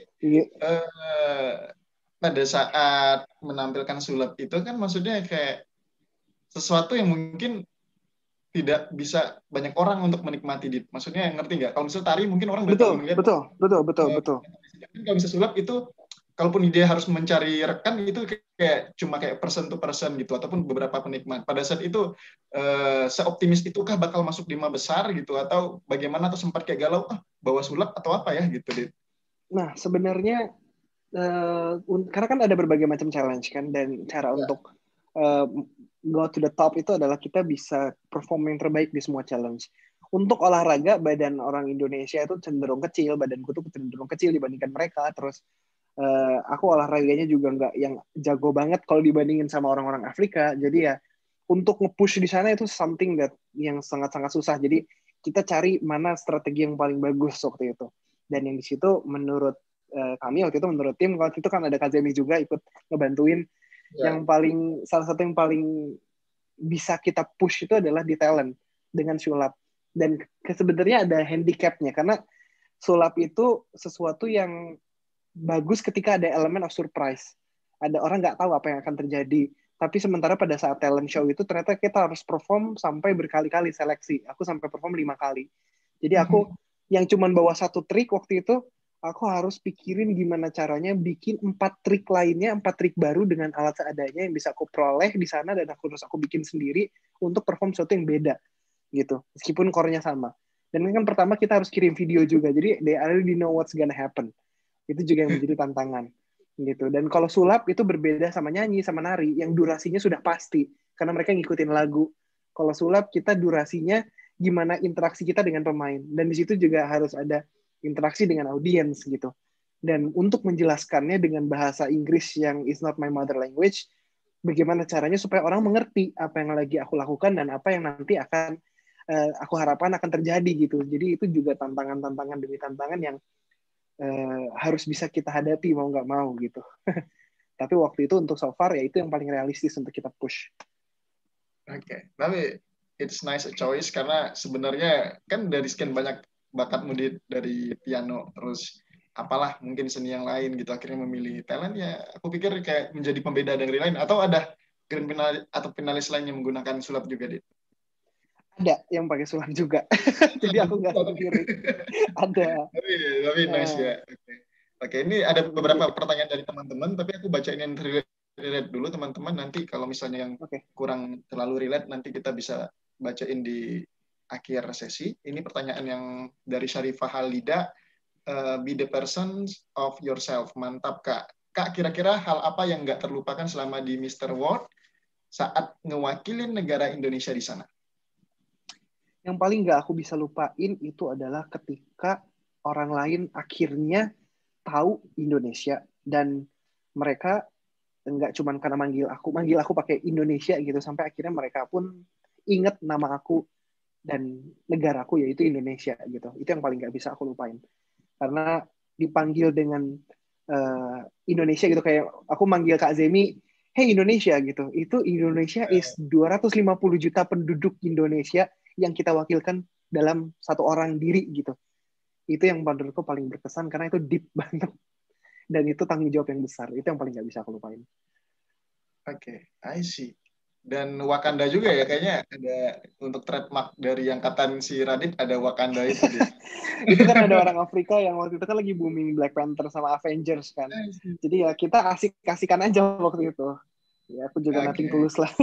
pada saat menampilkan sulap itu kan maksudnya kayak sesuatu yang mungkin tidak bisa banyak orang untuk menikmati, Dit. Maksudnya ngerti nggak? Kalau misalnya tari mungkin orang udah tahu melihat. Betul. Kalau bisa sulap itu, kalaupun dia harus mencari rekan itu kayak cuma kayak person to person gitu, ataupun beberapa penikmat. Pada saat itu seoptimis itukah bakal masuk 5 besar gitu, atau bagaimana, atau sempat kayak galau bawa sulap atau apa ya gitu, Dit? Nah sebenarnya karena kan ada berbagai macam challenge kan, dan cara untuk go to the top itu adalah kita bisa perform yang terbaik di semua challenge. Untuk olahraga, badan orang Indonesia itu cenderung kecil, badanku tuh cenderung kecil dibandingkan mereka. Terus aku olahraganya juga nggak yang jago banget kalau dibandingin sama orang-orang Afrika. Jadi ya untuk nge-push di sana itu something yang sangat-sangat susah. Jadi kita cari mana strategi yang paling bagus waktu itu. Dan yang di situ menurut kami waktu itu, menurut tim waktu itu kan ada Kazemi juga ikut ngebantuin. Yang salah satu yang paling bisa kita push itu adalah di talent dengan sulap. Dan sebenarnya ada handicapnya, karena sulap itu sesuatu yang bagus ketika ada elemen of surprise. Ada orang nggak tahu apa yang akan terjadi. Tapi sementara pada saat talent show itu ternyata kita harus perform sampai berkali-kali seleksi. Aku sampai perform 5 kali. Jadi aku yang cuman bawa 1 trik waktu itu, aku harus pikirin gimana caranya bikin 4 trik lainnya, 4 trik baru dengan alat seadanya yang bisa aku peroleh di sana, dan aku bikin sendiri untuk perform sesuatu yang beda gitu, meskipun core-nya sama. Dan kan pertama kita harus kirim video juga, jadi they already know what's gonna happen. Itu juga yang menjadi tantangan gitu. Dan kalau sulap itu berbeda sama nyanyi sama nari yang durasinya sudah pasti karena mereka ngikutin lagu. Kalau sulap kita durasinya gimana interaksi kita dengan pemain, dan di situ juga harus ada interaksi dengan audiens gitu. Dan untuk menjelaskannya dengan bahasa Inggris yang is not my mother language, bagaimana caranya supaya orang mengerti apa yang lagi aku lakukan dan apa yang nanti akan aku harapkan akan terjadi gitu. Jadi itu juga tantangan-tantangan demi tantangan yang harus bisa kita hadapi mau nggak mau gitu. Tapi waktu itu untuk so far ya itu yang paling realistis untuk kita push. Oke, tapi it's nice choice karena sebenarnya kan dari sekian banyak bakatmu dari piano terus apalah mungkin seni yang lain gitu akhirnya memilih talent ya aku pikir kayak menjadi pembeda dari lain atau ada grand finalis atau finalis lain yang menggunakan sulap juga dit. Ada yang pakai sulap juga. Jadi aku nggak sendiri. Ada. Tapi nice ya. Oke, ini ada beberapa Gitu. pertanyaan dari teman-teman, tapi aku bacain yang relate dulu teman-teman. Nanti kalau misalnya yang kurang terlalu relate, nanti kita bisa bacain di akhir sesi. Ini pertanyaan yang dari Syarifah Halida. Be the person of yourself. Mantap, Kak. Kak, kira-kira hal apa yang nggak terlupakan selama di Mr. World saat ngewakilin negara Indonesia di sana? Yang paling nggak aku bisa lupain itu adalah ketika orang lain akhirnya tahu Indonesia dan mereka nggak cuma karena manggil aku pakai Indonesia gitu sampai akhirnya mereka pun inget nama aku dan negaraku yaitu Indonesia gitu. Itu yang paling nggak bisa aku lupain karena dipanggil dengan Indonesia gitu kayak aku manggil Kak Zemi, hey Indonesia gitu. Itu Indonesia is 250 juta penduduk Indonesia yang kita wakilkan dalam satu orang diri gitu. Itu yang menurutku paling berkesan karena itu deep banget dan itu tanggung jawab yang besar. Itu yang paling nggak bisa aku lupain. Oke, I see. Dan Wakanda juga ya kayaknya ada untuk trademark dari angkatan si Radit ada Wakanda itu deh. Itu kan ada orang Afrika yang waktu itu kan lagi booming Black Panther sama Avengers kan. Jadi ya kita asik-asikan aja waktu itu. Ya aku juga nothing tulus lah.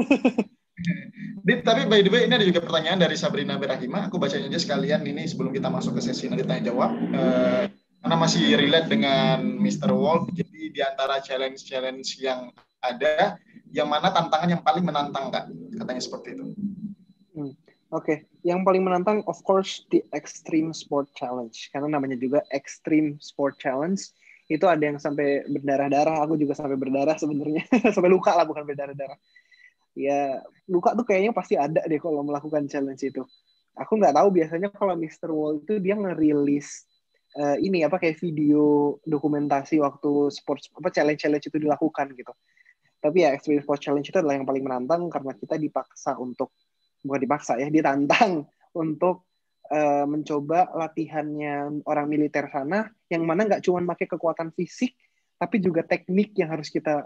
Dit, tapi by the way ini ada juga pertanyaan dari Sabrina Berahima. Aku bacain aja sekalian ini sebelum kita masuk ke sesi nanti tanya jawab. Karena masih relate dengan Mr. World. Jadi di antara challenge-challenge yang ada, yang mana tantangan yang paling menantang, Kak? Katanya seperti itu. Oke. Yang paling menantang of course the Extreme Sport Challenge. Karena namanya juga Extreme Sport Challenge. Itu ada yang sampai berdarah-darah. Aku juga sampai berdarah sebenarnya. Sampai luka lah, bukan berdarah-darah. Ya, luka tuh kayaknya pasti ada deh kalau melakukan challenge itu. Aku nggak tahu biasanya kalau Mr. World itu dia ngerilis ini apa kayak video dokumentasi waktu challenge itu dilakukan gitu. Tapi ya Extreme Sports Challenge itu adalah yang paling menantang karena kita dipaksa untuk bukan dipaksa ya, ditantang untuk mencoba latihannya orang militer sana yang mana nggak cuma pakai kekuatan fisik tapi juga teknik yang harus kita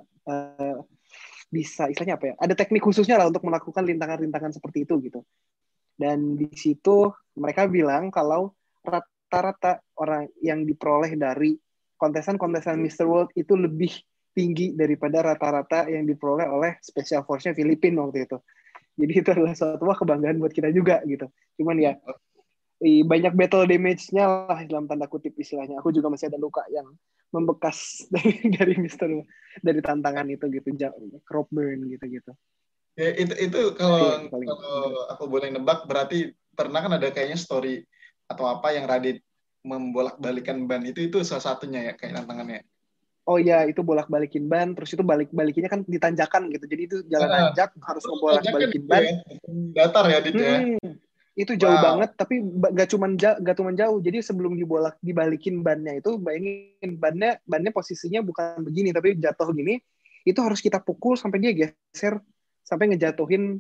bisa istilahnya apa ya? Ada teknik khususnya lah untuk melakukan rintangan-rintangan seperti itu gitu. Dan di situ mereka bilang kalau rata-rata orang yang diperoleh dari kontesan-kontesan Mr. World itu lebih tinggi daripada rata-rata yang diperoleh oleh Special Force-nya Filipina waktu itu. Jadi itu adalah suatu kebanggaan buat kita juga gitu. Cuman ya banyak battle damage-nya lah dalam tanda kutip istilahnya. Aku juga masih ada luka yang membekas dari Mister dari tantangan itu gitu, crop burn gitu. Ya, itu kalau aku boleh nebak berarti pernah kan ada kayaknya story atau apa yang Radit membolak-balikan ban itu salah satunya ya kayak tantangannya. Oh iya, itu bolak-balikin ban, terus itu balik-balikinnya kan ditanjakan gitu. Jadi itu jalan nanjak, harus ngebolak-balikin ban. Ya? Datar ya, Dit ya? Itu jauh banget, tapi gak cuma jauh. Jadi sebelum dibalikin bannya itu, bayangin bannya posisinya bukan begini, tapi jatuh gini. Itu harus kita pukul sampai dia geser, sampai ngejatuhin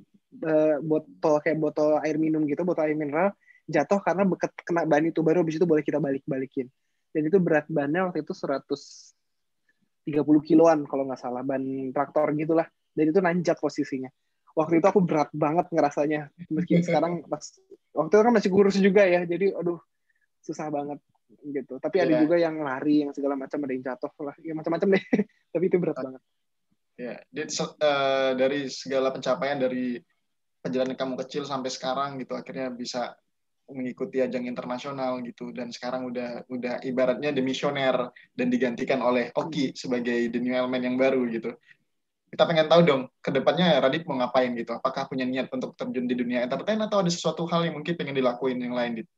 botol air minum gitu, botol air mineral, jatuh karena kena ban itu. Baru habis itu boleh kita balik-balikin. Dan itu berat bannya waktu itu 130 kiloan kalau nggak salah, ban traktor gitulah. Dan itu nanjak posisinya. Waktu itu aku berat banget ngerasanya. Meski sekarang waktu itu kan masih kurus juga ya, jadi aduh susah banget gitu. Tapi ada juga yang lari, yang segala macam, ada yang jatuh lah, ya macam-macam deh. Tapi itu berat banget. Ya, dari segala pencapaian dari perjalanan kamu kecil sampai sekarang gitu, akhirnya bisa mengikuti ajang internasional gitu, dan sekarang udah ibaratnya demisioner dan digantikan oleh Oki sebagai the new element yang baru gitu. Kita pengen tahu dong, kedepannya Radit mau ngapain gitu? Apakah punya niat untuk terjun di dunia entertain atau ada sesuatu hal yang mungkin pengen dilakuin yang lain gitu?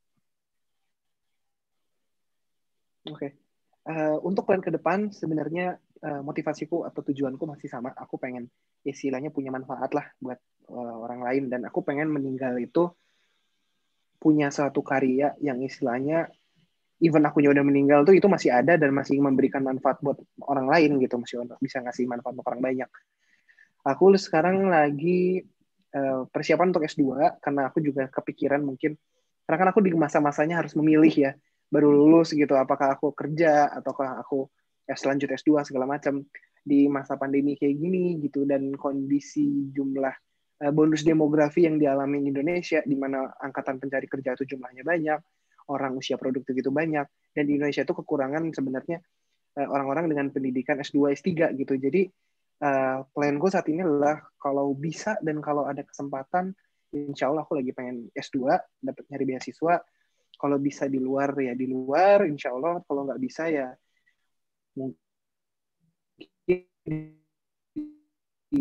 Oke. Untuk plan ke depan sebenarnya motivasiku atau tujuanku masih sama. Aku pengen istilahnya punya manfaat lah buat orang lain, dan aku pengen meninggal itu punya suatu karya yang istilahnya even akunya udah meninggal tuh itu masih ada dan masih memberikan manfaat buat orang lain gitu, masih bisa ngasih manfaat untuk orang banyak. Aku sekarang lagi persiapan untuk S2 karena aku juga kepikiran mungkin karena kan aku di masa-masanya harus memilih ya, baru lulus gitu, apakah aku kerja ataukah aku selanjut S2 segala macam di masa pandemi kayak gini gitu, dan kondisi jumlah bonus demografi yang dialami Indonesia di mana angkatan pencari kerja itu jumlahnya banyak, orang usia produktif itu banyak, dan di Indonesia itu kekurangan sebenarnya orang-orang dengan pendidikan S2, S3 gitu. Jadi planku saat ini adalah kalau bisa dan kalau ada kesempatan, insya Allah aku lagi pengen S2, dapat nyari beasiswa. Kalau bisa di luar ya di luar, insya Allah. Kalau nggak bisa ya mungkin di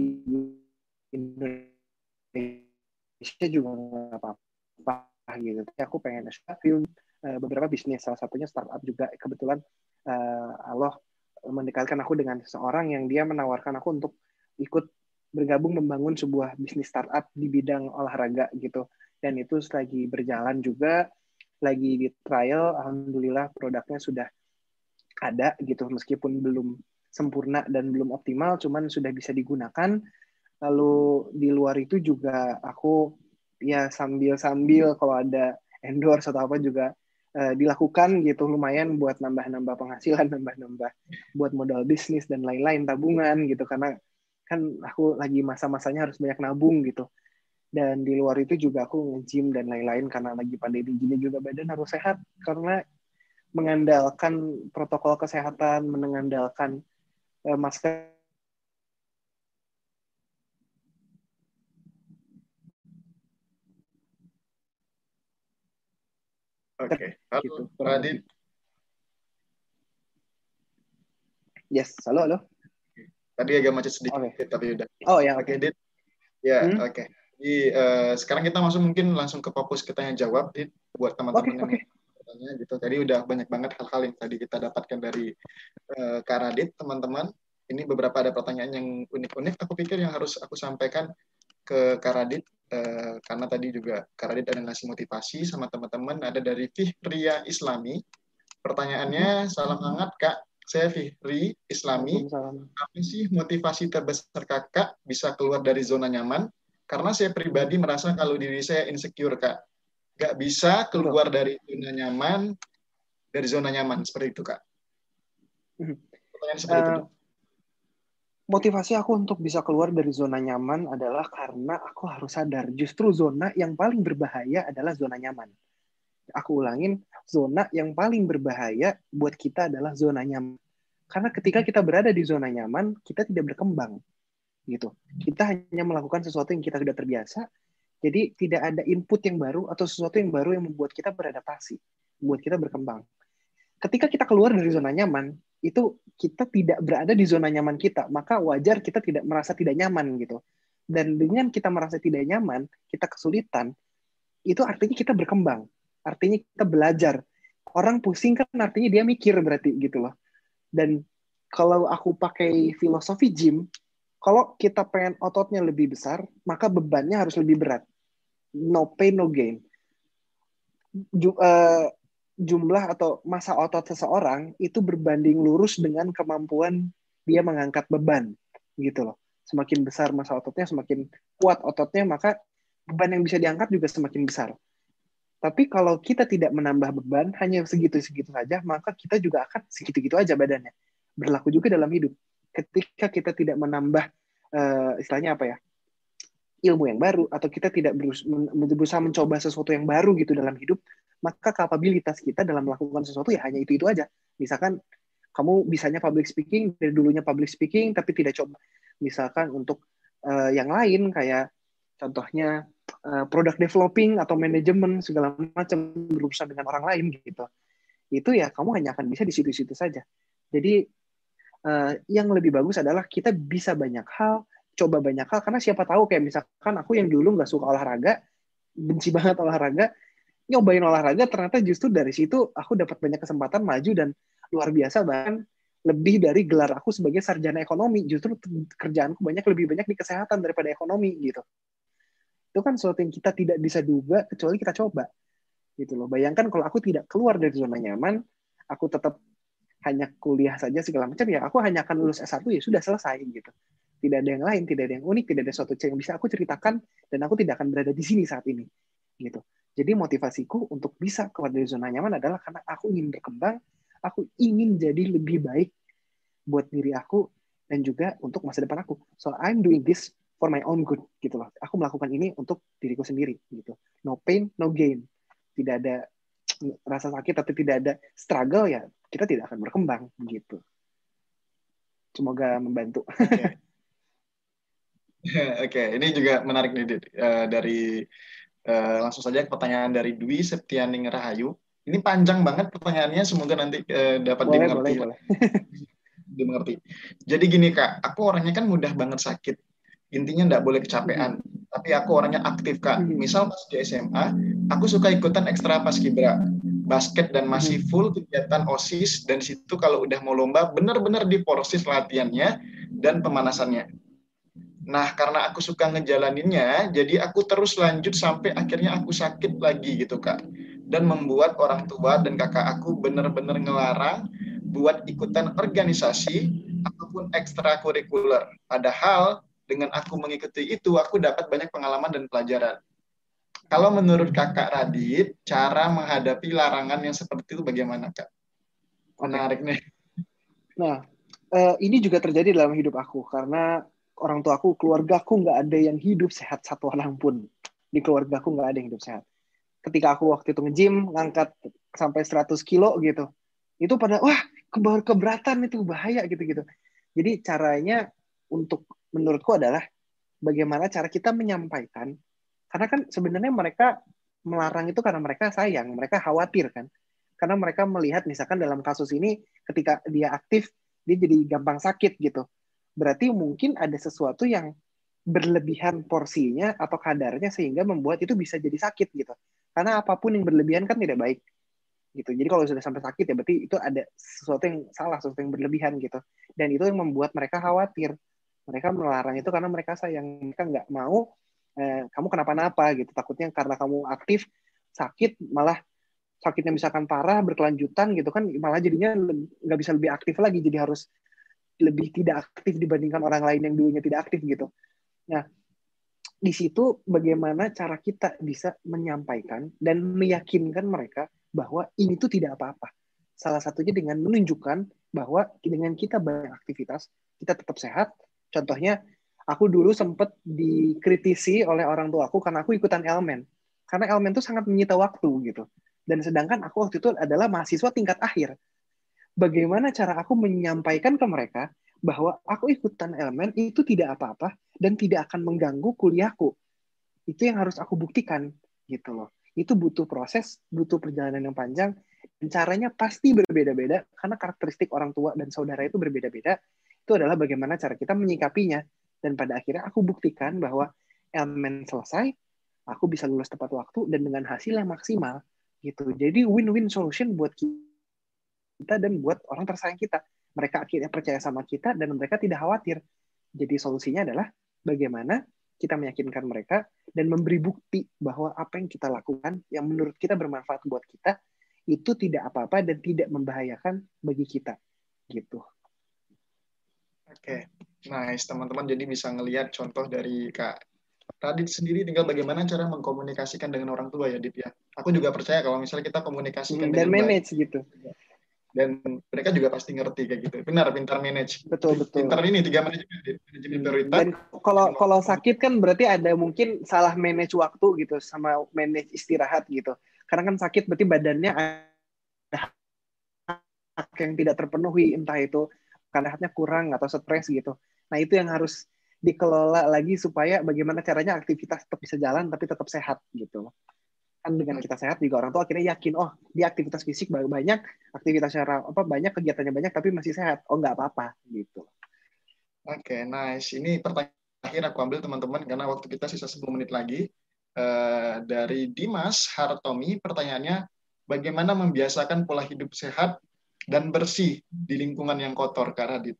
Indonesia juga nggak apa-apa gitu. Tapi aku pengen film beberapa bisnis, salah satunya startup juga. Kebetulan Allah mendekatkan aku dengan seseorang yang dia menawarkan aku untuk ikut bergabung membangun sebuah bisnis startup di bidang olahraga gitu. Dan itu lagi berjalan juga, lagi di trial. Alhamdulillah produknya sudah ada gitu, meskipun belum sempurna dan belum optimal, cuman sudah bisa digunakan. Lalu di luar itu juga aku ya sambil kalau ada endorse atau apa juga dilakukan gitu, lumayan buat nambah-nambah penghasilan, nambah-nambah buat modal bisnis dan lain-lain, tabungan gitu, karena kan aku lagi masa-masanya harus banyak nabung gitu. Dan di luar itu juga aku nge-gym dan lain-lain karena lagi pandemi gini juga badan harus sehat, karena mengandalkan protokol kesehatan, mengandalkan masker. Oke, halo Gitu Pak kurang Adit. lebih. Yes, halo halo. Tadi agak macet sedikit, Oke. tapi udah. Oh ya, Oke, oke. Dit. Ya, Hmm? oke. Jadi sekarang kita masuk mungkin langsung ke fokus kita yang jawab, Dit, buat teman-teman Oke, yang oke. bertanya gitu. Tadi udah banyak banget hal-hal yang tadi kita dapatkan dari Kak Radit, teman-teman. Ini beberapa ada pertanyaan yang unik-unik. Aku pikir yang harus aku sampaikan ke Kak Radit, karena tadi juga Kak Radit ada ngasih motivasi sama teman-teman. Ada dari Fihria Islami. Pertanyaannya, salam hangat Kak. Saya Fihri Islami. Waalaikumsalam. Apa sih motivasi terbesar kakak bisa keluar dari zona nyaman? Karena saya pribadi merasa kalau diri saya insecure, Kak. Gak bisa Betul. keluar dari zona nyaman seperti itu, Kak. Pertanyaan seperti itu, Uh, Dit. motivasi aku untuk bisa keluar dari zona nyaman adalah karena aku harus sadar justru zona yang paling berbahaya adalah zona nyaman. Aku ulangin, zona yang paling berbahaya buat kita adalah zona nyaman. Karena ketika kita berada di zona nyaman, kita tidak berkembang gitu. Kita hanya melakukan sesuatu yang kita sudah terbiasa. Jadi tidak ada input yang baru atau sesuatu yang baru yang membuat kita beradaptasi, membuat kita berkembang. Ketika kita keluar dari zona nyaman, itu kita tidak berada di zona nyaman kita, maka wajar kita tidak merasa tidak nyaman gitu. Dan dengan kita merasa tidak nyaman, kita kesulitan, itu artinya kita berkembang, artinya kita belajar. Orang pusing kan artinya dia mikir berarti gitu loh. Dan kalau aku pakai filosofi gym, kalau kita pengen ototnya lebih besar, maka bebannya harus lebih berat. No pain, no gain. Jumlah atau massa otot seseorang itu berbanding lurus dengan kemampuan dia mengangkat beban, gitu loh. Semakin besar massa ototnya, semakin kuat ototnya, maka beban yang bisa diangkat juga semakin besar. Tapi kalau kita tidak menambah beban, hanya segitu-segitu saja, maka kita juga akan segitu-gitu aja badannya. Berlaku juga dalam hidup. Ketika kita tidak menambah, istilahnya apa ya, ilmu yang baru, atau kita tidak berusaha mencoba sesuatu yang baru gitu dalam hidup, maka kapabilitas kita dalam melakukan sesuatu ya hanya itu aja. Misalkan kamu bisanya public speaking, dari dulunya public speaking, tapi tidak coba. Misalkan untuk yang lain, kayak contohnya product developing atau manajemen, segala macam, berurusan dengan orang lain gitu. Itu ya kamu hanya akan bisa di situ-situ saja. Jadi yang lebih bagus adalah kita bisa banyak hal, coba banyak hal, karena siapa tahu kayak misalkan aku yang dulu nggak suka olahraga, benci banget olahraga, nyobain olahraga, ternyata justru dari situ aku dapat banyak kesempatan maju dan luar biasa, bahkan lebih dari gelar aku sebagai sarjana ekonomi. Justru kerjaanku lebih banyak di kesehatan daripada ekonomi gitu. Itu kan sesuatu yang kita tidak bisa duga kecuali kita coba. gitu loh. Bayangkan kalau aku tidak keluar dari zona nyaman, aku tetap hanya kuliah saja segala macam, ya aku hanya akan lulus S1, ya sudah selesai gitu. Tidak ada yang lain, tidak ada yang unik, tidak ada sesuatu yang bisa aku ceritakan, dan aku tidak akan berada di sini saat ini gitu. Jadi motivasiku untuk bisa keluar dari zona nyaman adalah karena aku ingin berkembang, aku ingin jadi lebih baik buat diri aku dan juga untuk masa depan aku. So I'm doing this for my own good gitu loh. Aku melakukan ini untuk diriku sendiri gitu. No pain, no gain. Tidak ada rasa sakit tapi tidak ada struggle, ya kita tidak akan berkembang gitu. Semoga membantu. Oke. Oke, ini juga menarik nih dari langsung saja pertanyaan dari Dwi Septianing Rahayu. Ini panjang banget pertanyaannya, semoga nanti dapat Boleh, boleh, boleh. dimengerti. Jadi gini Kak, aku orangnya kan mudah banget sakit. Intinya nggak boleh kecapean. Tapi aku orangnya aktif Kak. Misal pas di SMA, aku suka ikutan ekstra paskibra, basket, dan masih full kegiatan OSIS. Dan situ kalau udah mau lomba, benar-benar diporsis latihannya dan pemanasannya. Nah, karena aku suka ngejalaninnya, jadi aku terus lanjut sampai akhirnya aku sakit lagi gitu, Kak. Dan membuat orang tua dan kakak aku benar-benar ngelarang buat ikutan organisasi ataupun ekstrakurikuler. Padahal dengan aku mengikuti itu, aku dapat banyak pengalaman dan pelajaran. Kalau menurut kakak Radit, cara menghadapi larangan yang seperti itu bagaimana, Kak? Menarik nih. Nah, ini juga terjadi dalam hidup aku, karena orang tua aku, keluarga aku nggak ada yang hidup sehat satu orang pun. Di keluarga aku nggak ada yang hidup sehat. Ketika aku waktu itu nge-gym, ngangkat sampai 100 kilo gitu, itu pada, wah, keberatan itu, bahaya gitu-gitu. Jadi caranya untuk, menurutku adalah, bagaimana cara kita menyampaikan, karena kan sebenarnya mereka melarang itu karena mereka sayang, mereka khawatir kan. Karena mereka melihat misalkan dalam kasus ini ketika dia aktif, dia jadi gampang sakit gitu. Berarti mungkin ada sesuatu yang berlebihan porsinya atau kadarnya sehingga membuat itu bisa jadi sakit gitu. Karena apapun yang berlebihan kan tidak baik gitu. Jadi kalau sudah sampai sakit ya berarti itu ada sesuatu yang salah, sesuatu yang berlebihan gitu. Dan itu yang membuat mereka khawatir. Mereka melarang itu karena mereka sayang, mereka nggak mau kamu kenapa-napa gitu. Takutnya karena kamu aktif sakit, malah sakitnya misalkan parah berkelanjutan gitu kan, malah jadinya nggak bisa lebih aktif lagi, jadi harus lebih tidak aktif dibandingkan orang lain yang dulunya tidak aktif gitu. Nah, di situ bagaimana cara kita bisa menyampaikan dan meyakinkan mereka bahwa ini tuh tidak apa-apa. Salah satunya dengan menunjukkan bahwa dengan kita banyak aktivitas, kita tetap sehat. Contohnya, aku dulu sempat dikritisi oleh orang tua aku karena aku ikutan elemen. Karena elemen itu sangat menyita waktu gitu. Dan sedangkan aku waktu itu adalah mahasiswa tingkat akhir. Bagaimana cara aku menyampaikan ke mereka bahwa aku ikutan elemen itu tidak apa-apa dan tidak akan mengganggu kuliahku. Itu yang harus aku buktikan gitu loh. Itu butuh proses, butuh perjalanan yang panjang, dan caranya pasti berbeda-beda karena karakteristik orang tua dan saudara itu berbeda-beda. Itu adalah bagaimana cara kita menyikapinya. Dan pada akhirnya aku buktikan bahwa elemen selesai, aku bisa lulus tepat waktu dan dengan hasil yang maksimal gitu. Jadi win-win solution buat kita dan buat orang tersayang kita. Mereka akhirnya percaya sama kita dan mereka tidak khawatir. Jadi solusinya adalah bagaimana kita meyakinkan mereka dan memberi bukti bahwa apa yang kita lakukan yang menurut kita bermanfaat buat kita itu tidak apa-apa dan tidak membahayakan bagi kita gitu. Oke, nice teman-teman. Jadi bisa ngelihat contoh dari Kak Radit sendiri, tinggal bagaimana cara mengkomunikasikan dengan orang tua ya, Dit ya. Aku juga percaya kalau misalnya kita komunikasikan Dan dengan baik, manage gitu. dan mereka juga pasti ngerti kayak gitu. Benar, pintar manage. Betul. Pintar ini 3 manajemen prioritas. Dan kalau sakit kan berarti ada mungkin salah manage waktu gitu sama manage istirahat gitu. Karena kan sakit berarti badannya ada hak yang tidak terpenuhi, entah itu karena haknya kurang atau stres gitu. Nah itu yang harus dikelola lagi supaya bagaimana caranya aktivitas tetap bisa jalan tapi tetap sehat gitu. Kan dengan kita sehat juga orang tua akhirnya yakin, oh dia aktivitas fisik banyak, aktivitas secara banyak, kegiatannya banyak tapi masih sehat, oh nggak apa-apa gitu. Oke, nice. Ini pertanyaan terakhir aku ambil teman-teman karena waktu kita sisa 10 menit lagi. Dari Dimas Hartomi, pertanyaannya, bagaimana membiasakan pola hidup sehat dan bersih di lingkungan yang kotor, Kak Radit?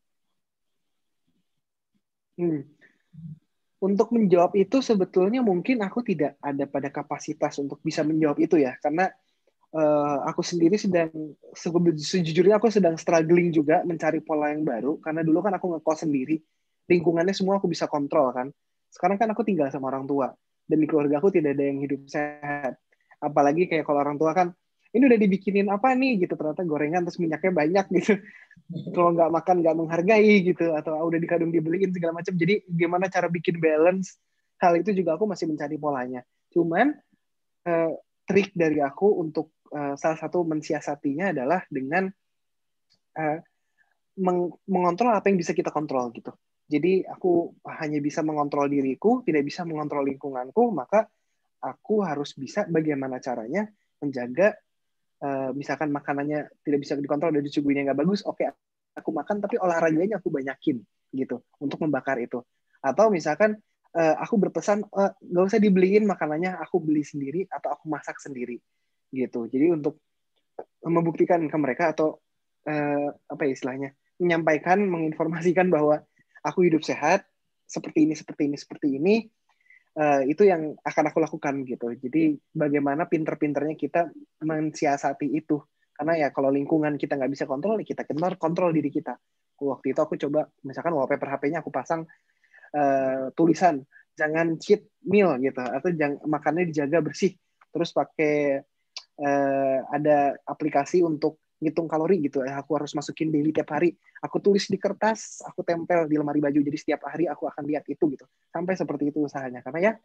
Untuk menjawab itu sebetulnya mungkin aku tidak ada pada kapasitas untuk bisa menjawab itu ya, karena aku sendiri sejujurnya aku sedang struggling juga mencari pola yang baru karena dulu kan aku ngekos sendiri, lingkungannya semua aku bisa kontrol kan. Sekarang kan aku tinggal sama orang tua dan di keluarga aku tidak ada yang hidup sehat. Apalagi kayak kalau orang tua kan ini udah dibikinin apa nih gitu, ternyata gorengan terus minyaknya banyak gitu. Kalau nggak makan nggak menghargai gitu, atau udah dikadung dibeliin segala macam. Jadi gimana cara bikin balance? Hal itu juga aku masih mencari polanya. Cuman uh, trik dari aku untuk salah satu mensiasatinya adalah dengan uh, mengontrol apa yang bisa kita kontrol gitu. Jadi aku hanya bisa mengontrol diriku, tidak bisa mengontrol lingkunganku, maka aku harus bisa bagaimana caranya menjaga misalkan makanannya tidak bisa dikontrol dan disuguhinya nggak bagus, oke aku makan tapi olahraganya aku banyakin gitu untuk membakar itu. Atau misalkan aku berpesan nggak usah dibeliin makanannya, aku beli sendiri atau aku masak sendiri gitu. Jadi untuk membuktikan ke mereka atau apa ya istilahnya, menyampaikan, menginformasikan bahwa aku hidup sehat seperti ini, seperti ini, seperti ini, itu yang akan aku lakukan gitu. Jadi bagaimana pinter-pinternya kita mensiasati itu. Karena ya kalau lingkungan kita nggak bisa kontrol, kita kontrol diri kita. Waktu itu aku coba, misalkan wallpaper HP-nya aku pasang tulisan, jangan cheat meal gitu, atau jangan makannya dijaga bersih. Terus pakai ada aplikasi untuk ngitung kalori gitu. Aku harus masukin daily tiap hari. Aku tulis di kertas, aku tempel di lemari baju. Jadi setiap hari aku akan lihat itu gitu. Sampai seperti itu usahanya. Karena ya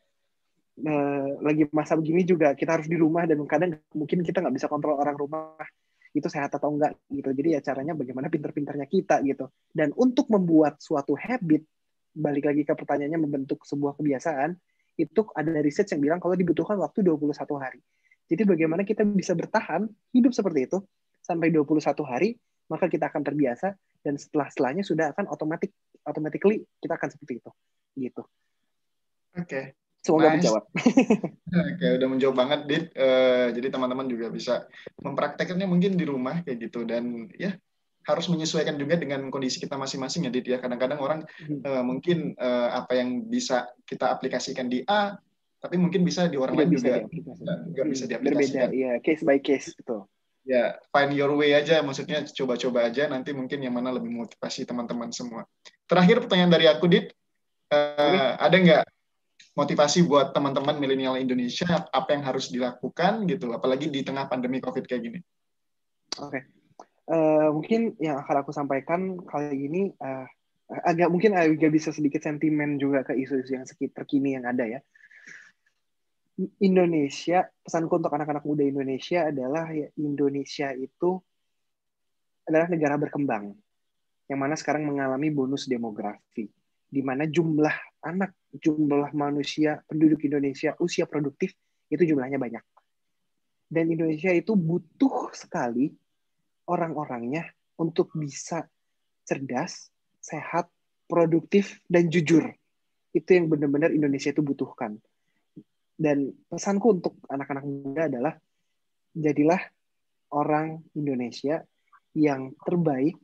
lagi masa begini juga kita harus di rumah dan kadang mungkin kita nggak bisa kontrol orang rumah itu sehat atau enggak gitu. Jadi ya caranya bagaimana pinter-pinternya kita gitu. Dan untuk membuat suatu habit, balik lagi ke pertanyaannya, membentuk sebuah kebiasaan, itu ada research yang bilang kalau dibutuhkan waktu 21 hari. Jadi bagaimana kita bisa bertahan hidup seperti itu sampai 21 hari, maka kita akan terbiasa dan setelahnya sudah akan automatically kita akan seperti itu. Gitu. Oke. Semoga Nice. menjawab. Oke, udah menjawab banget, Dit. Jadi teman-teman juga bisa mempraktekannya mungkin di rumah kayak gitu. Dan ya, harus menyesuaikan juga dengan kondisi kita masing-masing ya, Dit. Ya, kadang-kadang orang mungkin apa yang bisa kita aplikasikan di A, tapi mungkin bisa di orang Tidak lain bisa juga diaplikasikan. nggak bisa Berbeda, diaplikasikan. ya case by case betul. Ya, find your way aja, maksudnya coba-coba aja. Nanti mungkin yang mana lebih motivasi teman-teman semua. Terakhir pertanyaan dari aku, Dit. Oke. Ada nggak motivasi buat teman-teman milenial Indonesia apa yang harus dilakukan gitu, apalagi di tengah pandemi COVID kayak gini? Oke. Mungkin yang akan aku sampaikan kali ini mungkin agak bisa sedikit sentimen juga ke isu-isu yang terkini yang ada ya. Indonesia, pesanku untuk anak-anak muda Indonesia adalah ya, Indonesia itu adalah negara berkembang yang mana sekarang mengalami bonus demografi, di mana jumlah anak, jumlah manusia, penduduk Indonesia usia produktif itu jumlahnya banyak. Dan Indonesia itu butuh sekali orang-orangnya untuk bisa cerdas, sehat, produktif, dan jujur. Itu yang benar-benar Indonesia itu butuhkan. Dan pesanku untuk anak-anak muda adalah jadilah orang Indonesia yang terbaik,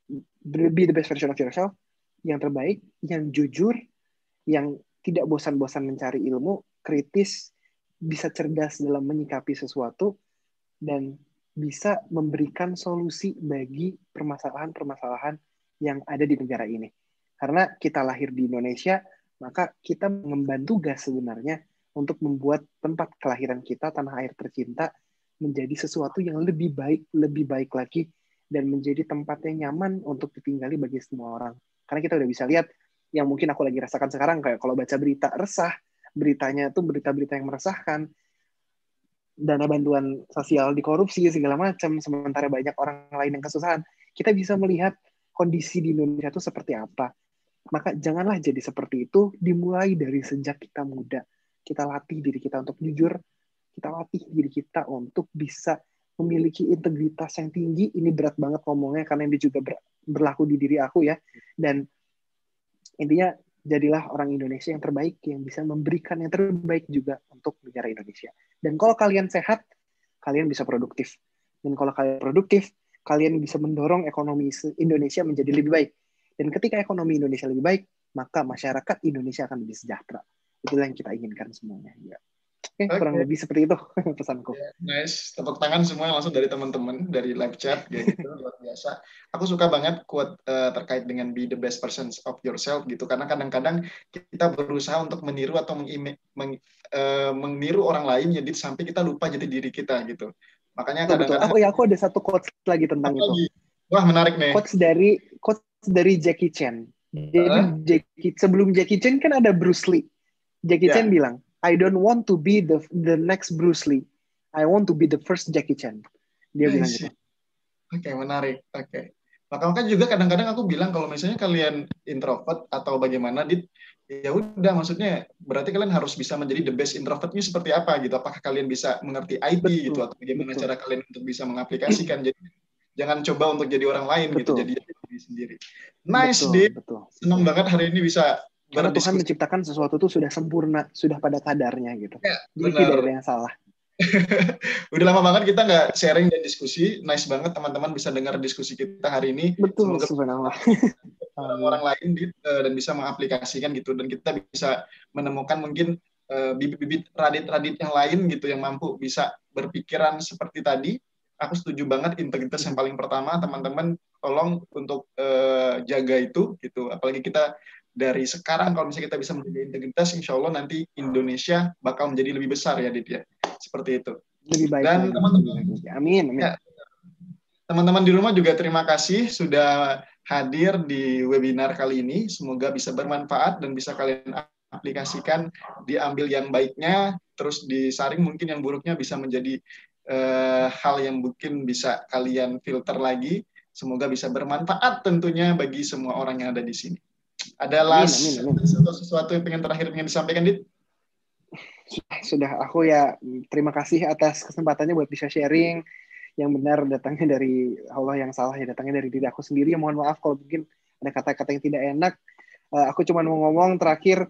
be the best version of yourself, yang terbaik, yang jujur, yang tidak bosan-bosan mencari ilmu, kritis, bisa cerdas dalam menyikapi sesuatu, dan bisa memberikan solusi bagi permasalahan-permasalahan yang ada di negara ini. Karena kita lahir di Indonesia, maka kita membantu gas sebenarnya untuk membuat tempat kelahiran kita, tanah air tercinta, menjadi sesuatu yang lebih baik lagi, dan menjadi tempat yang nyaman untuk ditinggali bagi semua orang. Karena kita udah bisa lihat, yang mungkin aku lagi rasakan sekarang, kayak kalau baca berita resah, beritanya tuh berita-berita yang meresahkan, dana bantuan sosial dikorupsi segala macam, sementara banyak orang lain yang kesusahan. Kita bisa melihat kondisi di Indonesia itu seperti apa. Maka janganlah jadi seperti itu, dimulai dari sejak kita muda. Kita latih diri kita untuk jujur, kita latih diri kita untuk bisa memiliki integritas yang tinggi. Ini berat banget ngomongnya karena ini juga berlaku di diri aku ya. Dan intinya jadilah orang Indonesia yang terbaik, yang bisa memberikan yang terbaik juga untuk negara Indonesia. Dan kalau kalian sehat, kalian bisa produktif. Dan kalau kalian produktif, kalian bisa mendorong ekonomi Indonesia menjadi lebih baik. Dan ketika ekonomi Indonesia lebih baik, maka masyarakat Indonesia akan lebih sejahtera. Itulah yang kita inginkan semuanya. Ya. Kurang Oke. lebih seperti itu pesanku. Nice, tepuk tangan semua langsung dari teman-teman dari live chat kayak gitu, luar biasa. Aku suka banget quote terkait dengan be the best version of yourself gitu, karena kadang-kadang kita berusaha untuk meniru atau meniru orang lain jadi sampai kita lupa jadi diri kita gitu. Makanya Betul, betul. kadang-kadang Aku ada satu quotes lagi tentang apa itu. lagi? Wah, menarik nih. Quotes dari Jackie Chan. Jadi sebelum Jackie Chan kan ada Bruce Lee. Jackie Chan Ya, bilang, I don't want to be the next Bruce Lee. I want to be the first Jackie Chan. Dia I bilang see. gitu. Oke, menarik. Oke. Maka juga kadang-kadang aku bilang kalau misalnya kalian introvert atau bagaimana, ya udah maksudnya berarti kalian harus bisa menjadi the best introvertnya seperti apa gitu. Apakah kalian bisa mengerti IT gitu Betul, atau bagaimana betul, cara kalian untuk bisa mengaplikasikan. Jadi jangan coba untuk jadi orang lain gitu, betul, jadi diri sendiri. Nice, betul, Dit. betul. Senang banget hari ini bisa Karena Tuhan berdiskusi. menciptakan sesuatu itu sudah sempurna, sudah pada kadarnya gitu. Ya, Jadi tidak ada benar. yang salah. Udah lama banget kita nggak sharing dan diskusi. Nice banget teman-teman bisa dengar diskusi kita hari ini. Betul, Semoga subhanallah. orang-orang lain dan bisa mengaplikasikan gitu, dan kita bisa menemukan mungkin bibit-bibit radit-radit yang lain gitu yang mampu bisa berpikiran seperti tadi. Aku setuju banget, integritas yang paling pertama, teman-teman tolong untuk jaga itu gitu. Apalagi kita dari sekarang kalau misalnya kita bisa menjaga integritas, insya Allah nanti Indonesia bakal menjadi lebih besar ya, Dit ya. Seperti itu. Lebih baik Dan lagi, lebih teman-teman, baik lagi. Amin, amin. ya, teman-teman di rumah juga terima kasih sudah hadir di webinar kali ini. Semoga bisa bermanfaat dan bisa kalian aplikasikan, diambil yang baiknya, terus disaring mungkin yang buruknya bisa menjadi hal yang mungkin bisa kalian filter lagi. Semoga bisa bermanfaat tentunya bagi semua orang yang ada di sini. Ada Amin, amin, last amin. sesuatu yang terakhir ingin disampaikan, Dit? Sudah, aku ya terima kasih atas kesempatannya buat bisa sharing. Yang benar datangnya dari Allah, yang salah ya datangnya dari diri aku sendiri. Mohon maaf kalau mungkin ada kata-kata yang tidak enak. Aku cuma mau ngomong terakhir,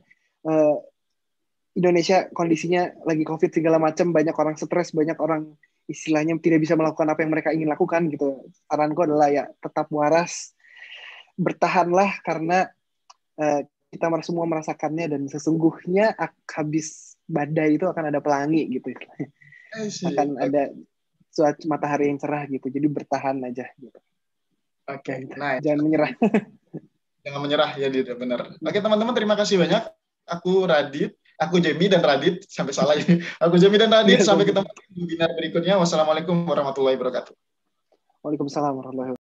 Indonesia kondisinya lagi COVID segala macam, banyak orang stres, banyak orang istilahnya tidak bisa melakukan apa yang mereka ingin lakukan gitu. Saranku adalah ya tetap waras, bertahanlah karena kita semua merasakannya, dan sesungguhnya habis badai itu akan ada pelangi gitu. Akan ada suatu matahari yang cerah gitu. Jadi bertahan aja gitu. Oke, nice. Jangan menyerah. Jangan menyerah ya, Dit, benar. Oke, teman-teman, terima kasih banyak. Aku Radit, aku Jamie dan Radit, sampai salah ini. Aku Jamie dan Radit, sampai ketemu di webinar berikutnya. Wassalamualaikum warahmatullahi wabarakatuh. Waalaikumsalam warahmatullahi wabarakatuh.